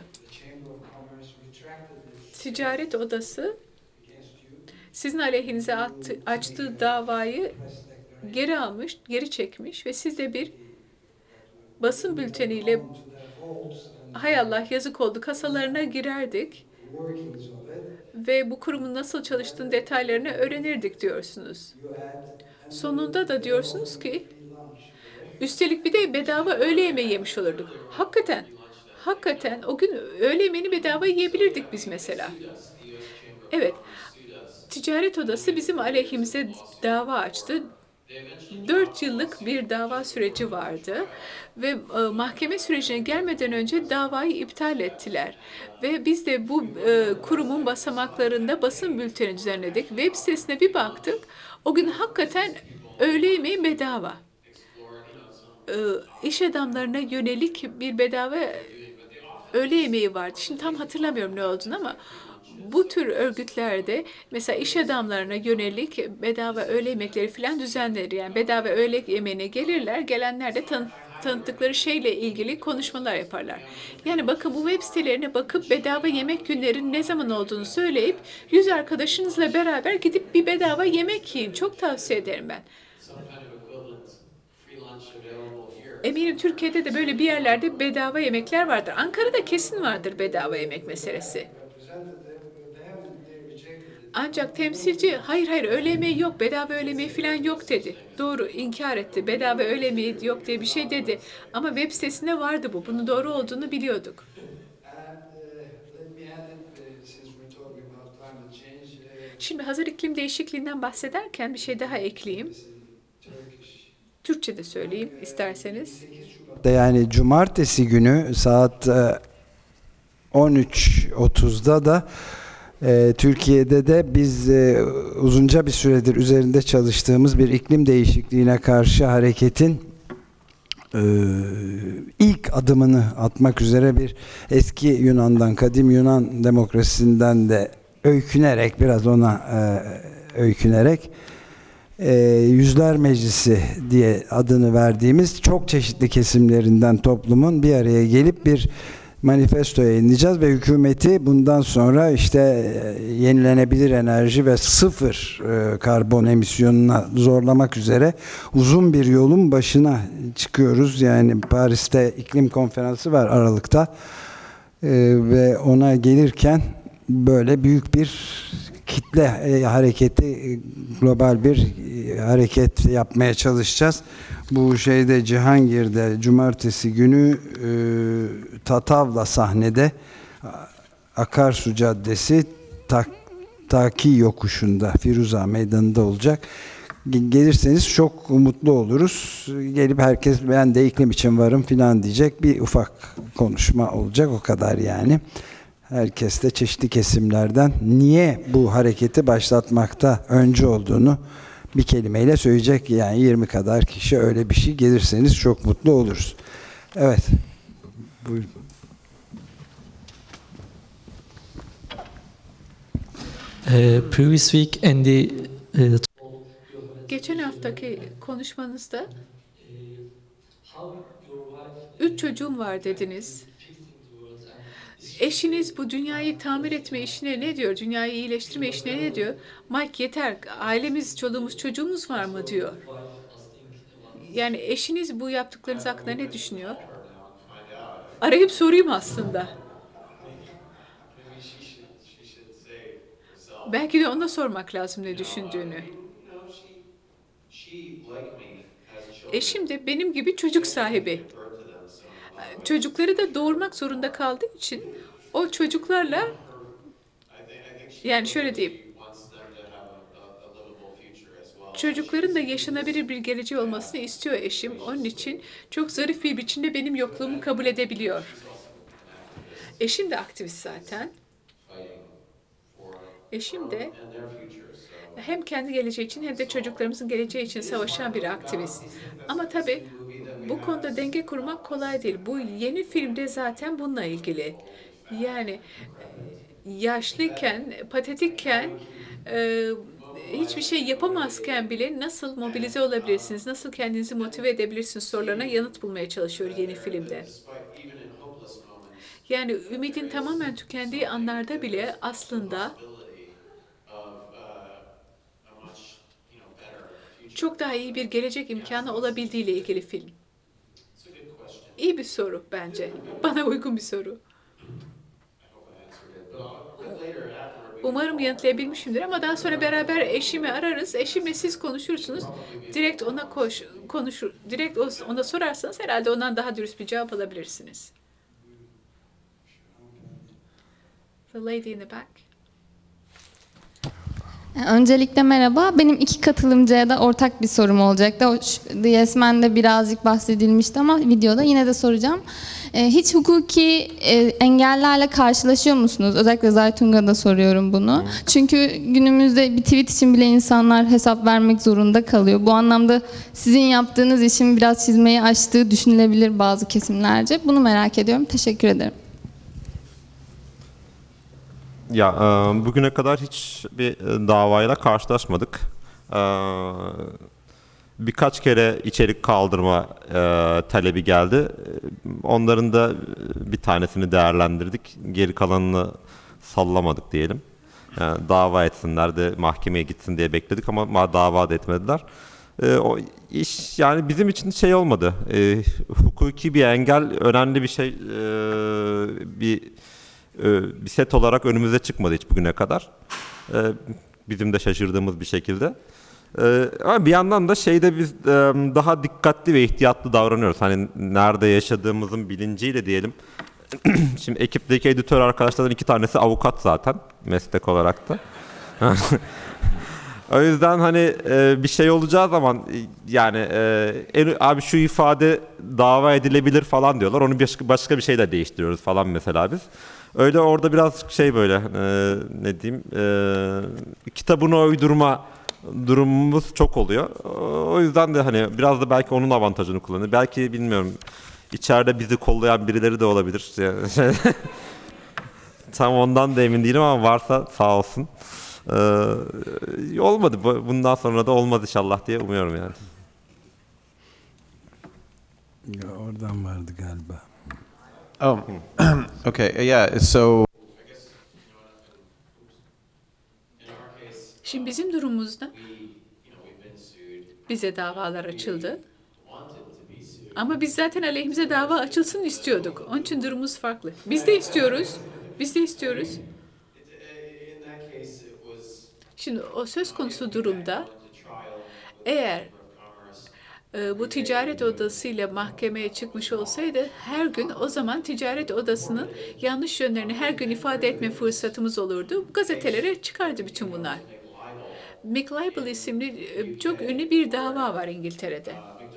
A: Ticaret odası sizin aleyhinize attı, açtığı davayı geri almış, geri çekmiş ve siz de bir basın bülteniyle hay Allah yazık oldu kasalarına girerdik ve bu kurumun nasıl çalıştığını detaylarını öğrenirdik diyorsunuz. Sonunda da diyorsunuz ki üstelik bir de bedava öğle yemeği yemiş olurduk. Hakikaten, hakikaten o gün öğle yemeğini bedava yiyebilirdik biz mesela. Evet, ticaret odası bizim aleyhimize dava açtı. Dört yıllık bir dava süreci vardı ve e, mahkeme sürecine gelmeden önce davayı iptal ettiler. Ve biz de bu e, kurumun basamaklarında basın bülteni düzenledik. Web sitesine bir baktık. O gün hakikaten öğle yemeği bedava. E, iş adamlarına yönelik bir bedava öğle yemeği vardı. Şimdi tam hatırlamıyorum ne olduğunu ama bu tür örgütlerde mesela iş adamlarına yönelik bedava öğle yemekleri falan düzenler. Yani bedava öğle yemeğine gelirler. Gelenler de tanı tanıttıkları şeyle ilgili konuşmalar yaparlar. Yani bakın bu web sitelerine bakıp bedava yemek günlerinin ne zaman olduğunu söyleyip yüz arkadaşınızla beraber gidip bir bedava yemek yiyin. Çok tavsiye ederim ben. Eminim Türkiye'de de böyle bir yerlerde bedava yemekler vardır. Ankara'da kesin vardır bedava yemek meselesi. Ancak temsilci hayır hayır öğle yemeği yok, bedava öğle yemeği falan yok dedi. Doğru, inkar etti. Bedava öğle yemeği yok diye bir şey dedi. Ama web sitesinde vardı bu. Bunun doğru olduğunu biliyorduk. Şimdi hazır iklim değişikliğinden bahsederken bir şey daha ekleyeyim. Türkçe de söyleyeyim isterseniz.
B: Yani cumartesi günü saat on üç otuzda da e, Türkiye'de de biz e, uzunca bir süredir üzerinde çalıştığımız bir iklim değişikliğine karşı hareketin e, ilk adımını atmak üzere bir eski Yunan'dan, kadim Yunan demokrasisinden de öykünerek, biraz ona e, öykünerek e, Yüzler Meclisi diye adını verdiğimiz çok çeşitli kesimlerinden toplumun bir araya gelip bir manifesto yayınlayacağız ve hükümeti bundan sonra işte yenilenebilir enerji ve sıfır e, karbon emisyonuna zorlamak üzere uzun bir yolun başına çıkıyoruz. Yani Paris'te iklim konferansı var Aralık'ta e, ve ona gelirken böyle büyük bir kitle e, hareketi, e, global bir e, hareket yapmaya çalışacağız. Bu şeyde Cihangir'de cumartesi günü e, Tatavla sahnede Akarsu Caddesi Tak, Taki yokuşunda Firuza Meydanı'nda olacak. Gelirseniz çok mutlu oluruz. Gelip herkes ben de iklim için varım filan diyecek. Bir ufak konuşma olacak, o kadar yani. Herkes de çeşitli kesimlerden niye bu hareketi başlatmakta öncü olduğunu bir kelimeyle söyleyecek. Yani yirmi kadar kişi, öyle bir şey, gelirseniz çok mutlu oluruz. Evet. Buyurun.
H: Uh, previous week and the uh,
A: Geçen haftaki konuşmanızda üç çocuğum var dediniz. Eşiniz bu dünyayı tamir etme işine ne diyor? Dünyayı iyileştirme işine ne diyor? Mike yeter, ailemiz, çoluğumuz, çocuğumuz var mı diyor. Yani eşiniz bu yaptıklarınız hakkında ne düşünüyor? Arayıp sorayım aslında. Belki de ona sormak lazım ne düşündüğünü. Eşim de benim gibi çocuk sahibi. Çocukları da doğurmak zorunda kaldığı için o çocuklarla, yani şöyle diyeyim, çocukların da yaşanabilir bir geleceği olmasını istiyor eşim. Onun için çok zarif bir biçimde benim yokluğumu kabul edebiliyor. Eşim de aktivist zaten. Eşim de hem kendi geleceği için hem de çocuklarımızın geleceği için savaşan bir aktivist. Ama tabii bu konuda denge kurmak kolay değil. Bu yeni filmde zaten bununla ilgili. Yani yaşlıyken, patetikken, e, hiçbir şey yapamazken bile nasıl mobilize olabilirsiniz, nasıl kendinizi motive edebilirsiniz sorularına yanıt bulmaya çalışıyor yeni filmde. Yani ümidin tamamen tükendiği anlarda bile aslında çok daha iyi bir gelecek imkanı olabildiğiyle ilgili film. İyi bir soru bence. Bana uygun bir soru. Umarım yanıtlayabilmişimdir ama daha sonra beraber eşimi ararız. Eşimle siz konuşursunuz. Direkt ona koş, konuşur, direkt ona sorarsanız herhalde ondan daha dürüst bir cevap alabilirsiniz. The lady in the back.
J: Öncelikle merhaba. Benim iki katılımcıya da ortak bir sorum olacaktı. O The Yes Man'de birazcık bahsedilmişti ama videoda yine de soracağım. Hiç hukuki engellerle karşılaşıyor musunuz? Özellikle Zaytung'a da soruyorum bunu. Çünkü günümüzde bir tweet için bile insanlar hesap vermek zorunda kalıyor. Bu anlamda sizin yaptığınız işin biraz çizmeyi aştığı düşünülebilir bazı kesimlerce. Bunu merak ediyorum. Teşekkür ederim.
F: Ya bugüne kadar hiç bir davayla karşılaşmadık. Birkaç kere içerik kaldırma talebi geldi. Onların da bir tanesini değerlendirdik. Geri kalanını sallamadık diyelim. Dava etsinler de mahkemeye gitsin diye bekledik ama dava da etmediler. O iş yani bizim için şey olmadı. Hukuki bir engel önemli bir şey, bir e, bir set olarak önümüze çıkmadı hiç bugüne kadar. E, bizim de şaşırdığımız bir şekilde. E, ama bir yandan da şeyde biz e, daha dikkatli ve ihtiyatlı davranıyoruz. Hani nerede yaşadığımızın bilinciyle diyelim. Şimdi ekipteki editör arkadaşlardan iki tanesi avukat zaten meslek olarak da. O yüzden hani e, bir şey olacağı zaman yani e, en, abi şu ifade dava edilebilir falan diyorlar. Onu başka, başka bir şeyle değiştiriyoruz falan mesela biz. Öyle orada biraz şey böyle e, ne diyeyim e, kitabını uydurma durumumuz çok oluyor. O yüzden de hani biraz da belki onun avantajını kullanıyor. Belki bilmiyorum içeride bizi kollayan birileri de olabilir. Tam ondan da emin değilim ama varsa sağ olsun. Ee, olmadı. Bundan sonra da olmaz inşallah diye umuyorum yani.
B: Ya oradan vardı galiba.
K: Oh, okay, yeah. So.
A: Şimdi bizim durumumuzda bize davalar açıldı. Ama biz zaten aleyhimize dava açılsın istiyorduk. Onun için durumumuz farklı. Biz de istiyoruz. Biz de istiyoruz. Şimdi o söz konusu durumda eğer e, bu ticaret odasıyla mahkemeye çıkmış olsaydı her gün o zaman ticaret odasının yanlış yönlerini her gün ifade etme fırsatımız olurdu. Gazetelere çıkardı bütün bunlar. McLibel isimli e, çok ünlü bir dava var İngiltere'de.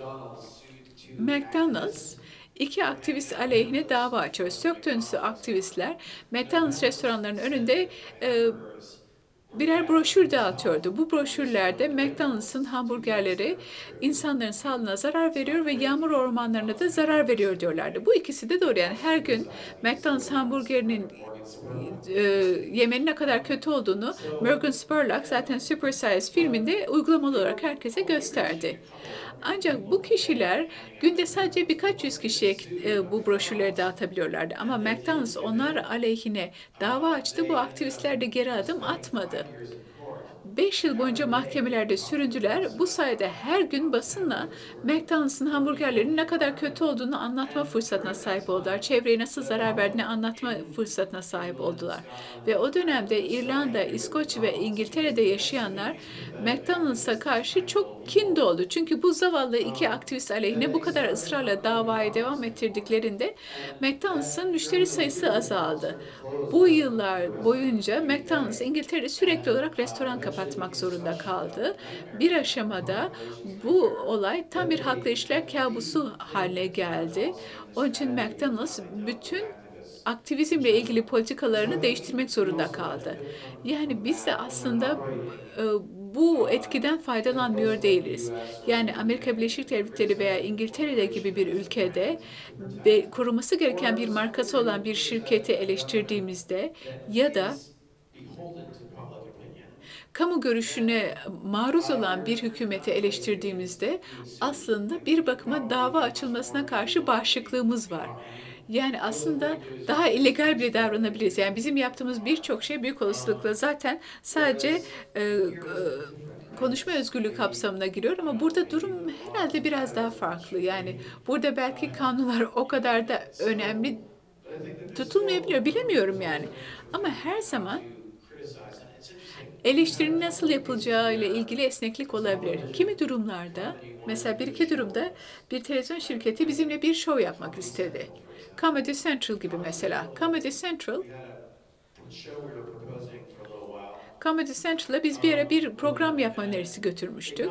A: McDonald's iki aktivist aleyhine dava açıyor. Söktönüsü aktivistler McDonald's restoranlarının önünde e, birer broşür dağıtıyordu. Bu broşürlerde McDonald's'ın hamburgerleri insanların sağlığına zarar veriyor ve yağmur ormanlarına da zarar veriyor diyorlardı. Bu ikisi de doğru. Yani her gün McDonald's hamburgerinin e, yemenin ne kadar kötü olduğunu Morgan Spurlock zaten Super Size filminde uygulamalı olarak herkese gösterdi. Ancak bu kişiler günde sadece birkaç yüz kişiye e, bu broşürleri dağıtabiliyorlardı. Ama McDonald's onlar aleyhine dava açtı. Bu aktivistler de geri adım atmadı. Beş yıl boyunca mahkemelerde süründüler. Bu sayede her gün basınla McDonald's'ın hamburgerlerinin ne kadar kötü olduğunu anlatma fırsatına sahip oldular. Çevreye nasıl zarar verdiğini anlatma fırsatına sahip oldular. Ve o dönemde İrlanda, İskoç ve İngiltere'de yaşayanlar McDonald's'a karşı çok kin doldu. Çünkü bu zavallı iki aktivist aleyhine bu kadar ısrarla davaya devam ettirdiklerinde McDonald's'ın müşteri sayısı azaldı. Bu yıllar boyunca McDonald's İngiltere'de sürekli olarak restoran kapatmak zorunda kaldı. Bir aşamada bu olay tam bir haklı işler kabusu haline geldi. Onun için McDonald's bütün aktivizmle ilgili politikalarını değiştirmek zorunda kaldı. Yani biz de aslında e, bu etkiden faydalanmıyor değiliz. Yani Amerika Birleşik Devletleri veya İngiltere'de gibi bir ülkede ve koruması gereken bir markası olan bir şirketi eleştirdiğimizde ya da kamu görüşüne maruz olan bir hükümeti eleştirdiğimizde aslında bir bakıma dava açılmasına karşı bağışıklığımız var. Yani aslında daha illegal bile davranabiliriz. Yani bizim yaptığımız birçok şey büyük olasılıkla zaten sadece e, e, konuşma özgürlüğü kapsamına giriyor ama burada durum herhalde biraz daha farklı. Yani burada belki kanunlar o kadar da önemli tutulmayabiliyor. Bilemiyorum yani. Ama her zaman eleştirinin nasıl yapılacağı ile ilgili esneklik olabilir. Kimi durumlarda, mesela bir iki durumda bir televizyon şirketi bizimle bir show yapmak istedi. Comedy Central gibi mesela. Comedy Central, Comedy Central'a biz bir ara bir program yapma önerisi götürmüştük.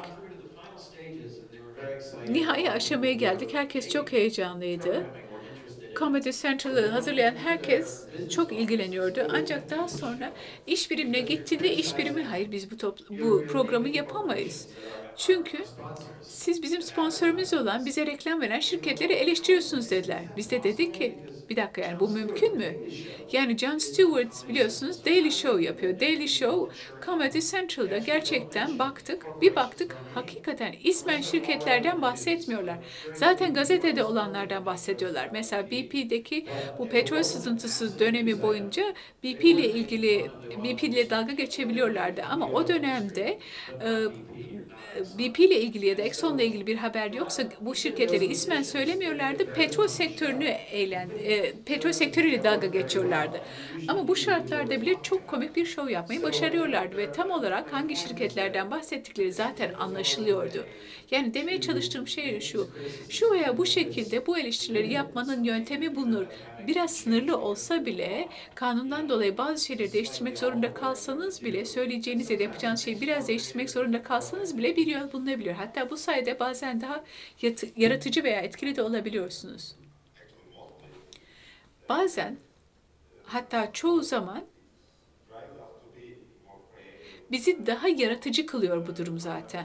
A: Nihai aşamaya geldik. Herkes çok heyecanlıydı. Comedy Central'ı hazırlayan herkes çok ilgileniyordu. Ancak daha sonra iş birimine gittiğinde iş birimi hayır biz bu, bu programı yapamayız. Çünkü siz bizim sponsorumuz olan bize reklam veren şirketleri eleştiriyorsunuz dediler. Biz de dedik ki bir dakika yani bu mümkün mü? Yani Jon Stewart biliyorsunuz Daily Show yapıyor. Daily Show Comedy Central'da gerçekten baktık. Bir baktık hakikaten ismen şirketlerden bahsetmiyorlar. Zaten gazetede olanlardan bahsediyorlar. Mesela B P'deki bu petrol sızıntısı dönemi boyunca B P ile ilgili B P ile dalga geçebiliyorlardı. Ama o dönemde e, B P ile ilgili ya da Exxon'la ilgili bir haber yoksa bu şirketleri ismen söylemiyorlardı. Petrol sektörünü eğlen, e, petrol sektörüyle dalga geçiyorlardı. Ama bu şartlarda bile çok komik bir şov yapmayı başarıyorlardı ve tam olarak hangi şirketlerden bahsettikleri zaten anlaşılıyordu. Yani demeye çalıştığım şey şu, şu veya bu şekilde bu eleştirileri yapmanın yöntemi bulunur. Biraz sınırlı olsa bile kanundan dolayı bazı şeyleri değiştirmek zorunda kalsanız bile, söyleyeceğiniz ya da yapacağınız şeyi biraz değiştirmek zorunda kalsanız bile bir yol bulunabilir. Hatta bu sayede bazen daha yaratıcı veya etkili de olabiliyorsunuz. Bazen, hatta çoğu zaman bizi daha yaratıcı kılıyor bu durum zaten.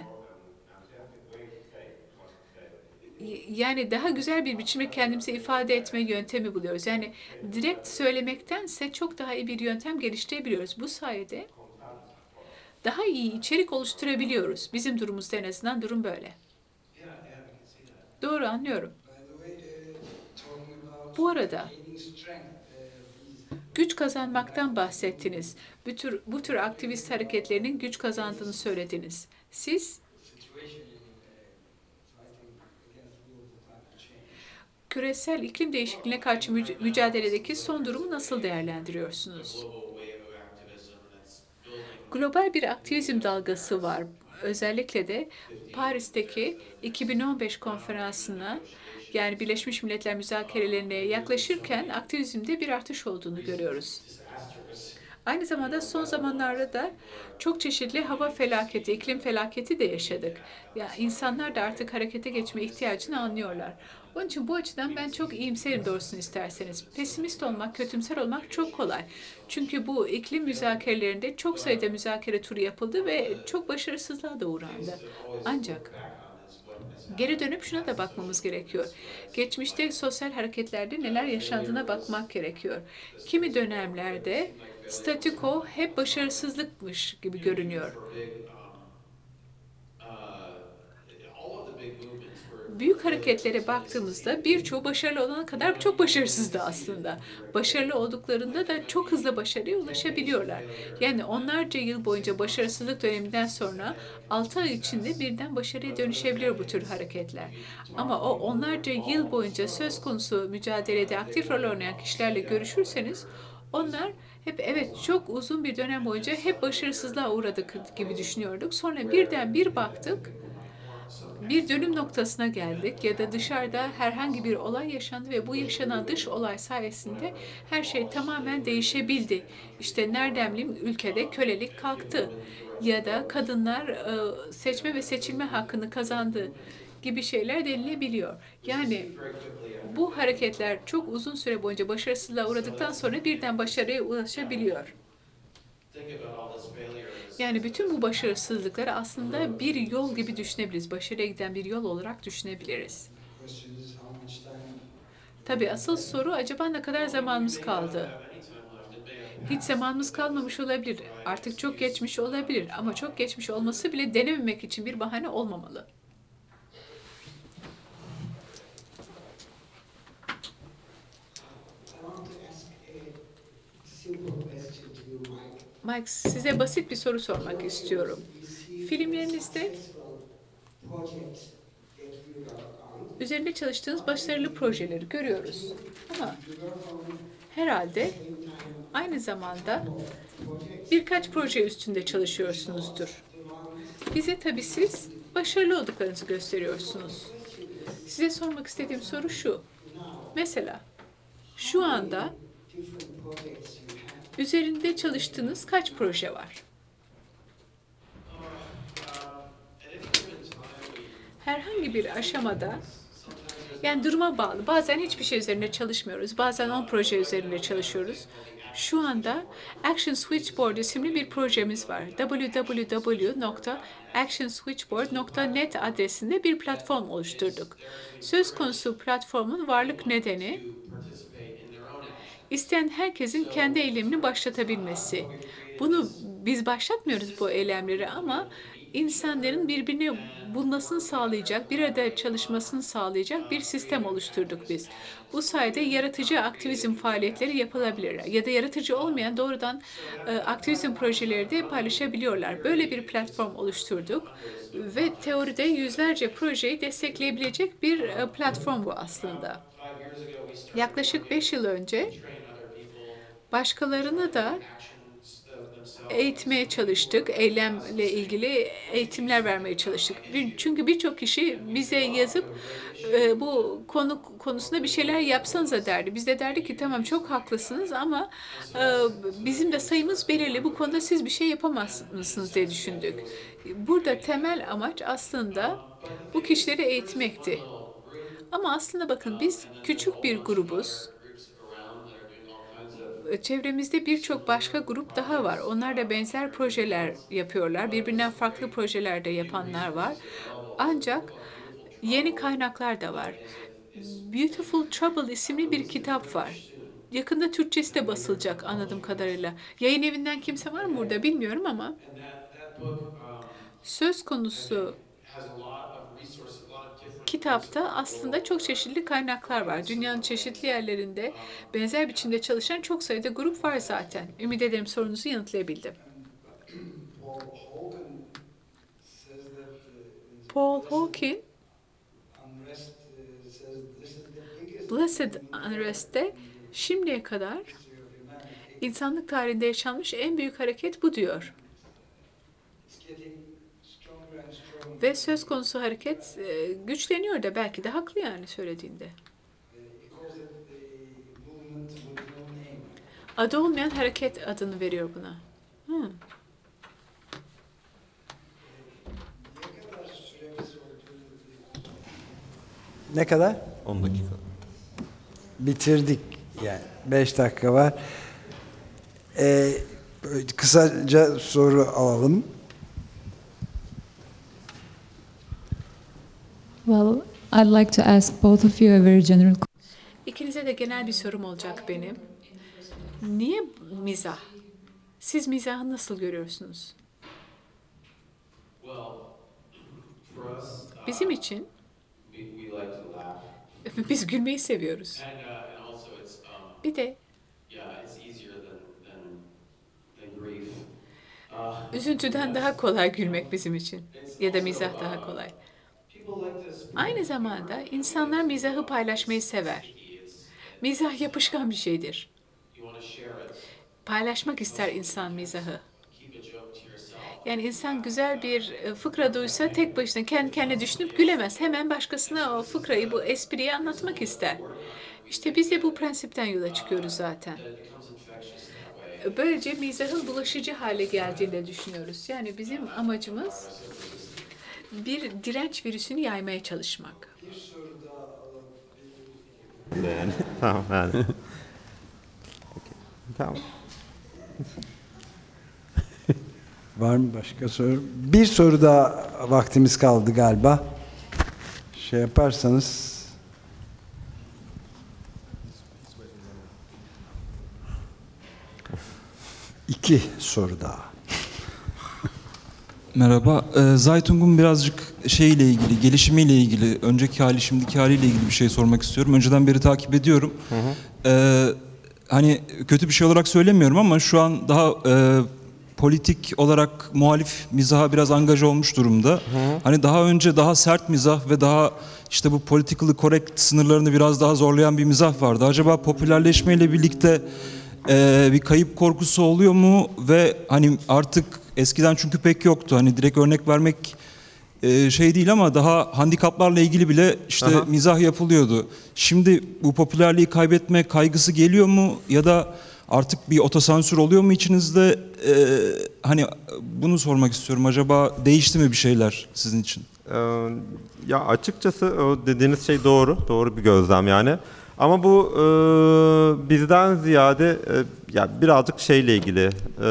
A: Yani daha güzel bir biçimde kendimizi ifade etme yöntemi buluyoruz. Yani direkt söylemektense çok daha iyi bir yöntem geliştirebiliyoruz. Bu sayede daha iyi içerik oluşturabiliyoruz. Bizim durumumuzda en azından durum böyle. Doğru, anlıyorum. Bu arada güç kazanmaktan bahsettiniz. Bu tür, bu tür aktivist hareketlerinin güç kazandığını söylediniz. Siz küresel iklim değişikliğine karşı müc- mücadeledeki son durumu nasıl değerlendiriyorsunuz? Global bir aktivizm dalgası var. Özellikle de Paris'teki iki bin on beş konferansına, yani Birleşmiş Milletler müzakerelerine yaklaşırken aktivizmde bir artış olduğunu görüyoruz. Aynı zamanda son zamanlarda da çok çeşitli hava felaketi, iklim felaketi de yaşadık. Ya insanlar da artık harekete geçme ihtiyacını anlıyorlar. Onun için bu açıdan ben çok iyimserim doğrusunu isterseniz. Pesimist olmak, kötümser olmak çok kolay. Çünkü bu iklim müzakerelerinde çok sayıda müzakere turu yapıldı ve çok başarısızlığa da uğrandı. Ancak geri dönüp şuna da bakmamız gerekiyor. Geçmişte sosyal hareketlerde neler yaşandığına bakmak gerekiyor. Kimi dönemlerde statüko hep başarısızlıkmış gibi görünüyor. Büyük hareketlere baktığımızda birçoğu başarılı olana kadar çok başarısızdı aslında. Başarılı olduklarında da çok hızlı başarıya ulaşabiliyorlar. Yani onlarca yıl boyunca başarısızlık döneminden sonra altı ay içinde birden başarıya dönüşebiliyor bu tür hareketler. Ama o onlarca yıl boyunca söz konusu mücadelede aktif rol oynayan kişilerle görüşürseniz onlar hep evet çok uzun bir dönem boyunca hep başarısızlığa uğradık gibi düşünüyorduk. Sonra birden bir baktık, bir dönüm noktasına geldik ya da dışarıda herhangi bir olay yaşandı ve bu yaşanan dış olay sayesinde her şey tamamen değişebildi. İşte nereden bileyim ülkede kölelik kalktı ya da kadınlar e, seçme ve seçilme hakkını kazandı gibi şeyler denilebiliyor. Yani bu hareketler çok uzun süre boyunca başarısızlığa uğradıktan sonra birden başarıya ulaşabiliyor. Yani bütün bu başarısızlıkları aslında bir yol gibi düşünebiliriz. Başarıya giden bir yol olarak düşünebiliriz. Tabii asıl soru acaba ne kadar zamanımız kaldı? Hiç zamanımız kalmamış olabilir. Artık çok geçmiş olabilir. Ama çok geçmiş olması bile denememek için bir bahane olmamalı. Mike, size basit bir soru sormak istiyorum. Filmlerinizde üzerinde çalıştığınız başarılı projeleri görüyoruz. Ama herhalde aynı zamanda birkaç proje üstünde çalışıyorsunuzdur. Bize tabii siz başarılı olduklarınızı gösteriyorsunuz. Size sormak istediğim soru şu. Mesela şu anda üzerinde çalıştığınız kaç proje var? Herhangi bir aşamada, yani duruma bağlı. Bazen hiçbir şey üzerinde çalışmıyoruz. Bazen on proje üzerinde çalışıyoruz. Şu anda Action Switchboard isimli bir projemiz var. double-u double-u double-u nokta action switchboard nokta net adresinde bir platform oluşturduk. Söz konusu platformun varlık nedeni, İsteyen herkesin kendi eylemini başlatabilmesi. Bunu biz başlatmıyoruz bu eylemleri ama insanların birbirini bulmasını sağlayacak, bir arada çalışmasını sağlayacak bir sistem oluşturduk biz. Bu sayede yaratıcı aktivizm faaliyetleri yapılabilir ya da yaratıcı olmayan doğrudan e, aktivizm projeleri de paylaşabiliyorlar. Böyle bir platform oluşturduk ve teoride yüzlerce projeyi destekleyebilecek bir e, platform bu aslında. Yaklaşık beş yıl önce başkalarını da eğitmeye çalıştık. Eylemle ilgili eğitimler vermeye çalıştık. Çünkü birçok kişi bize yazıp e, bu konu konusunda bir şeyler yapsanıza derdi. Biz de derdik ki tamam çok haklısınız ama e, bizim de sayımız belirli. Bu konuda siz bir şey yapamazsınız diye düşündük. Burada temel amaç aslında bu kişileri eğitmekti. Ama aslında bakın biz küçük bir grubuz. Çevremizde birçok başka grup daha var. Onlar da benzer projeler yapıyorlar. Birbirinden farklı projeler de yapanlar var. Ancak yeni kaynaklar da var. Beautiful Trouble isimli bir kitap var. Yakında Türkçesi de basılacak anladığım kadarıyla. Yayın evinden kimse var mı burada bilmiyorum ama söz konusu kitapta aslında çok çeşitli kaynaklar var. Dünyanın çeşitli yerlerinde benzer biçimde çalışan çok sayıda grup var zaten. Ümit ederim sorunuzu yanıtlayabildim. Paul Hawking, Blessed Unrest'te şimdiye kadar insanlık tarihinde yaşanmış en büyük hareket bu diyor. Ve söz konusu hareket e, güçleniyor da belki de haklı yani söylediğinde. Adı olmayan hareket adını veriyor buna. Hmm.
B: Ne kadar?
F: on dakika.
B: Bitirdik yani. beş dakika var. Ee, kısaca soru alalım.
L: Well, I'd like to ask both of you a very general question.
A: İkinize de genel bir sorum olacak benim. Niye mizah? Siz mizahı nasıl görüyorsunuz? Bizim için biz gülmeyi seviyoruz. Bir de üzüntüden daha kolay gülmek bizim için. Ya da mizah daha kolay. Aynı zamanda insanlar mizahı paylaşmayı sever. Mizah yapışkan bir şeydir. Paylaşmak ister insan mizahı. Yani insan güzel bir fıkra duysa tek başına kendi kendine düşünüp gülemez. Hemen başkasına o fıkrayı, bu espriyi anlatmak ister. İşte biz de bu prensipten yola çıkıyoruz zaten. Böylece mizahın bulaşıcı hale geldiğini düşünüyoruz. Yani bizim amacımız bir direnç virüsünü yaymaya çalışmak.
F: Yani, tamam yani. Tamam.
B: Var mı başka soru? Bir soru daha vaktimiz kaldı galiba. Şey yaparsanız. İki soru daha.
M: Merhaba. Ee, Zaytung'un birazcık şeyle ilgili, gelişimiyle ilgili, önceki hali, şimdiki haliyle ilgili bir şey sormak istiyorum. Önceden beri takip ediyorum. Hı hı. Ee, hani kötü bir şey olarak söylemiyorum ama şu an daha e, politik olarak muhalif mizaha biraz angaja olmuş durumda. Hı hı. Hani daha önce daha sert mizah ve daha işte bu politically correct sınırlarını biraz daha zorlayan bir mizah vardı. Acaba popülerleşmeyle birlikte e, bir kayıp korkusu oluyor mu ve hani artık eskiden çünkü pek yoktu. Hani direkt örnek vermek e, şey değil ama daha handikaplarla ilgili bile işte Aha. mizah yapılıyordu. Şimdi bu popülerliği kaybetme kaygısı geliyor mu ya da artık bir otosansür oluyor mu içinizde? E, hani bunu sormak istiyorum. Acaba değişti mi bir şeyler sizin için?
F: Ee, ya açıkçası o dediğiniz şey doğru. Doğru bir gözlem yani. Ama bu e, bizden ziyade e, ya birazcık şeyle ilgili. E,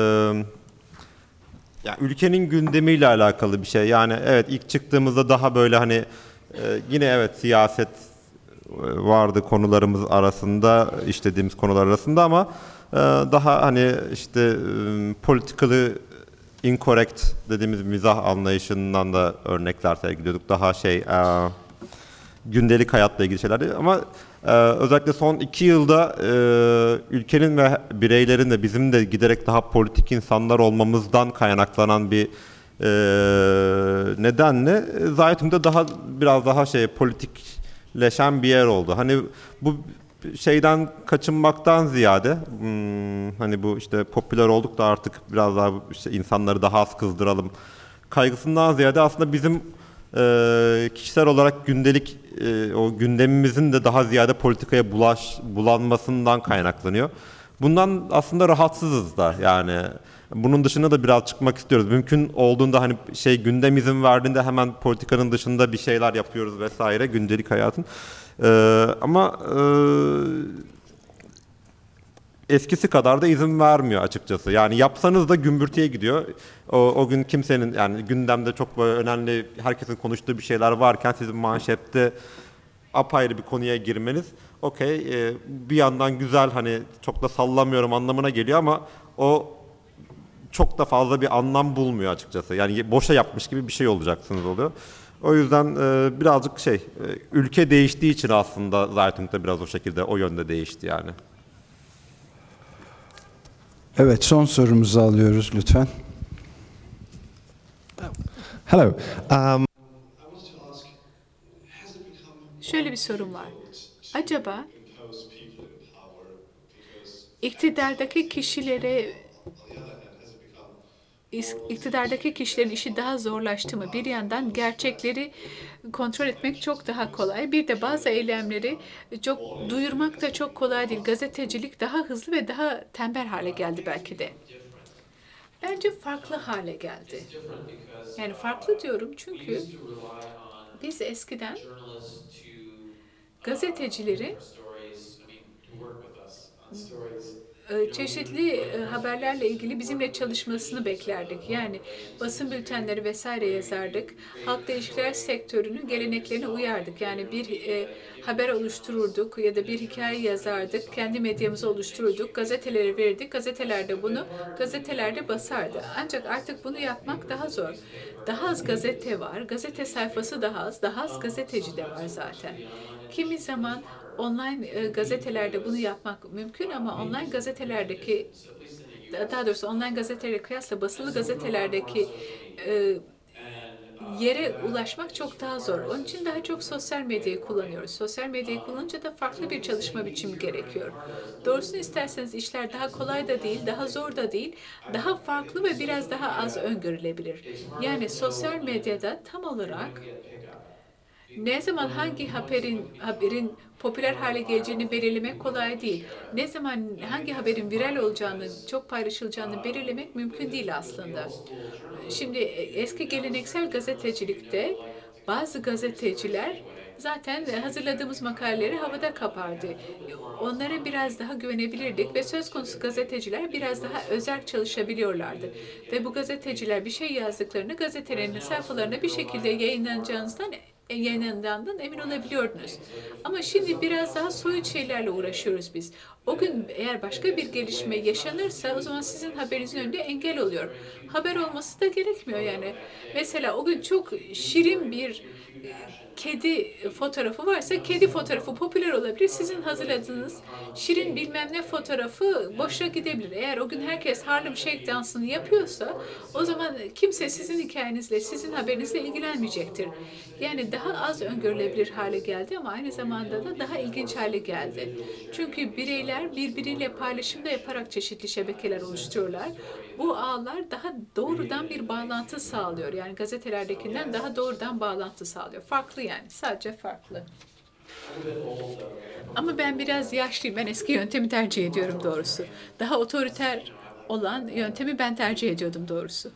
F: Ya ülkenin gündemiyle alakalı bir şey. Yani evet ilk çıktığımızda daha böyle hani e, yine evet siyaset vardı konularımız arasında, işlediğimiz konular arasında ama e, daha hani işte e, politically incorrect dediğimiz mizah anlayışından da örnekler sergiliyorduk. Daha şey e, gündelik hayatla ilgili şeylerdi ama e, özellikle son iki yılda e, ülkenin ve bireylerin de bizim de giderek daha politik insanlar olmamızdan kaynaklanan bir e, nedenle Zeitung'da daha biraz daha şey politikleşen bir yer oldu. Hani bu şeyden kaçınmaktan ziyade hmm, hani bu işte popüler olduk da artık biraz daha işte insanları daha az kızdıralım kaygısından ziyade aslında bizim e, kişisel olarak gündelik e, o gündemimizin de daha ziyade politikaya bulaş bulanmasından kaynaklanıyor. Bundan aslında rahatsızız da yani. Bunun dışına da biraz çıkmak istiyoruz. Mümkün olduğunda hani şey gündem izin verdiğinde hemen politikanın dışında bir şeyler yapıyoruz vesaire gündelik hayatın. Ee, ama e, eskisi kadar da izin vermiyor açıkçası. Yani yapsanız da gümbürtüye gidiyor. O, o gün kimsenin yani gündemde çok böyle önemli herkesin konuştuğu bir şeyler varken sizin manşette apayrı bir konuya girmeniz okey e, bir yandan güzel hani çok da sallamıyorum anlamına geliyor ama o çok da fazla bir anlam bulmuyor açıkçası. Yani boşa yapmış gibi bir şey olacaksınız oluyor. O yüzden e, birazcık şey, e, ülke değiştiği için aslında Zeitung da biraz o şekilde, o yönde değişti yani.
B: Evet, son sorumuzu alıyoruz lütfen.
N: Hello. Um...
A: Şöyle bir sorum var. Acaba iktidardaki kişilere iktidardaki kişilerin işi daha zorlaştı mı? Bir yandan gerçekleri kontrol etmek çok daha kolay. Bir de bazı eylemleri çok duyurmak da çok kolay değil. Gazetecilik daha hızlı ve daha tembel hale geldi belki de. Bence farklı hale geldi. Yani farklı diyorum çünkü biz eskiden gazetecilerin çeşitli haberlerle ilgili bizimle çalışmasını beklerdik. Yani basın bültenleri vesaire yazardık. Halkla ilişkiler sektörünün geleneklerine uyardık. Yani bir e, haber oluştururduk ya da bir hikaye yazardık. Kendi medyamızı oluştururduk. Gazetelere verirdik. Gazeteler de bunu gazetelerde basardı. Ancak artık bunu yapmak daha zor. Daha az gazete var. Gazete sayfası daha az. Daha az gazeteci de var zaten. Kimi zaman online e, gazetelerde bunu yapmak mümkün ama online gazetelerdeki, daha doğrusu online gazetelere kıyasla basılı gazetelerdeki e, yere ulaşmak çok daha zor. Onun için daha çok sosyal medyayı kullanıyoruz. Sosyal medyayı kullanınca da farklı bir çalışma biçimi gerekiyor. Doğrusunu isterseniz işler daha kolay da değil, daha zor da değil, daha farklı ve biraz daha az öngörülebilir. Yani sosyal medyada tam olarak ne zaman hangi haberin haberin popüler hale geleceğini belirlemek kolay değil. Ne zaman hangi haberin viral olacağını, çok paylaşılacağını belirlemek mümkün değil aslında. Şimdi eski geleneksel gazetecilikte bazı gazeteciler zaten hazırladığımız makaleleri havada kapardı. Onlara biraz daha güvenebilirdik ve söz konusu gazeteciler biraz daha özerk çalışabiliyorlardı. Ve bu gazeteciler bir şey yazdıklarını gazetelerin sayfalarına bir şekilde yayınlanacağınızdan yayınlandığından emin olabiliyordunuz. Ama şimdi biraz daha soyut şeylerle uğraşıyoruz biz. O gün eğer başka bir gelişme yaşanırsa o zaman sizin haberinizin önünde engel oluyor. Haber olması da gerekmiyor yani. Mesela o gün çok şirin bir kedi fotoğrafı varsa kedi fotoğrafı popüler olabilir. Sizin hazırladığınız şirin bilmem ne fotoğrafı boşa gidebilir. Eğer o gün herkes Harlem Shake dansını yapıyorsa o zaman kimse sizin hikayenizle, sizin haberinizle ilgilenmeyecektir. Yani daha az öngörülebilir hale geldi ama aynı zamanda da daha ilginç hale geldi. Çünkü bireyler birbiriyle paylaşımda yaparak çeşitli şebekeler oluşturuyorlar. Bu ağlar daha doğrudan bir bağlantı sağlıyor. Yani gazetelerdekinden daha doğrudan bağlantı sağlıyor. Farklı yani. Sadece farklı. Ama ben biraz yaşlıyım. Ben eski yöntemi tercih ediyorum doğrusu. Daha otoriter olan yöntemi ben tercih ediyordum doğrusu.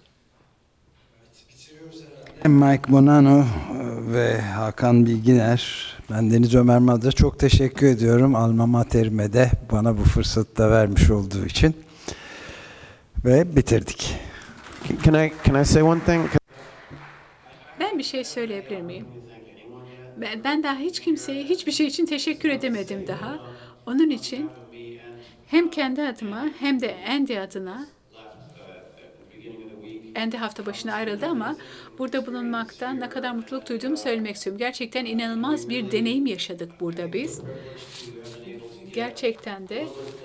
B: Mike Bonanno ve Hakan Bilginer, ben Deniz Ömer Madra çok teşekkür ediyorum. Alma Mater'ime de bana bu fırsatı da vermiş olduğu için. Ve bitirdik.
N: Can I can I say one thing?
A: Ben bir şey söyleyebilir miyim? Ben, ben daha hiç kimseye hiçbir şey için teşekkür edemedim daha. Onun için hem kendi adıma hem de Andy adına Andy hafta başına ayrıldı ama burada bulunmaktan ne kadar mutluluk duyduğumu söylemek istiyorum. Gerçekten inanılmaz bir deneyim yaşadık burada biz. Gerçekten de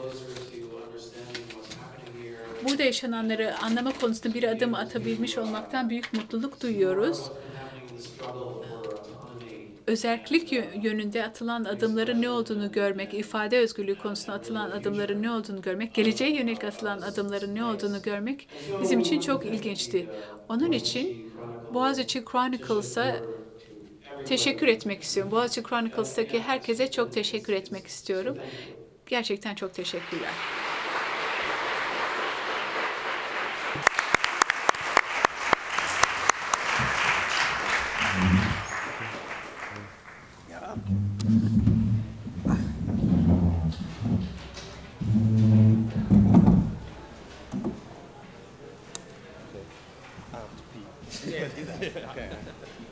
A: burada yaşananları anlama konusunda bir adım atabilmiş olmaktan büyük mutluluk duyuyoruz. Özerklik yönünde atılan adımların ne olduğunu görmek, ifade özgürlüğü konusunda atılan adımların ne olduğunu görmek, geleceğe yönelik atılan adımların ne olduğunu görmek bizim için çok ilginçti. Onun için Boğaziçi Chronicles'a teşekkür etmek istiyorum. Boğaziçi Chronicles'taki herkese çok teşekkür etmek istiyorum. Gerçekten çok teşekkürler.
K: Okay.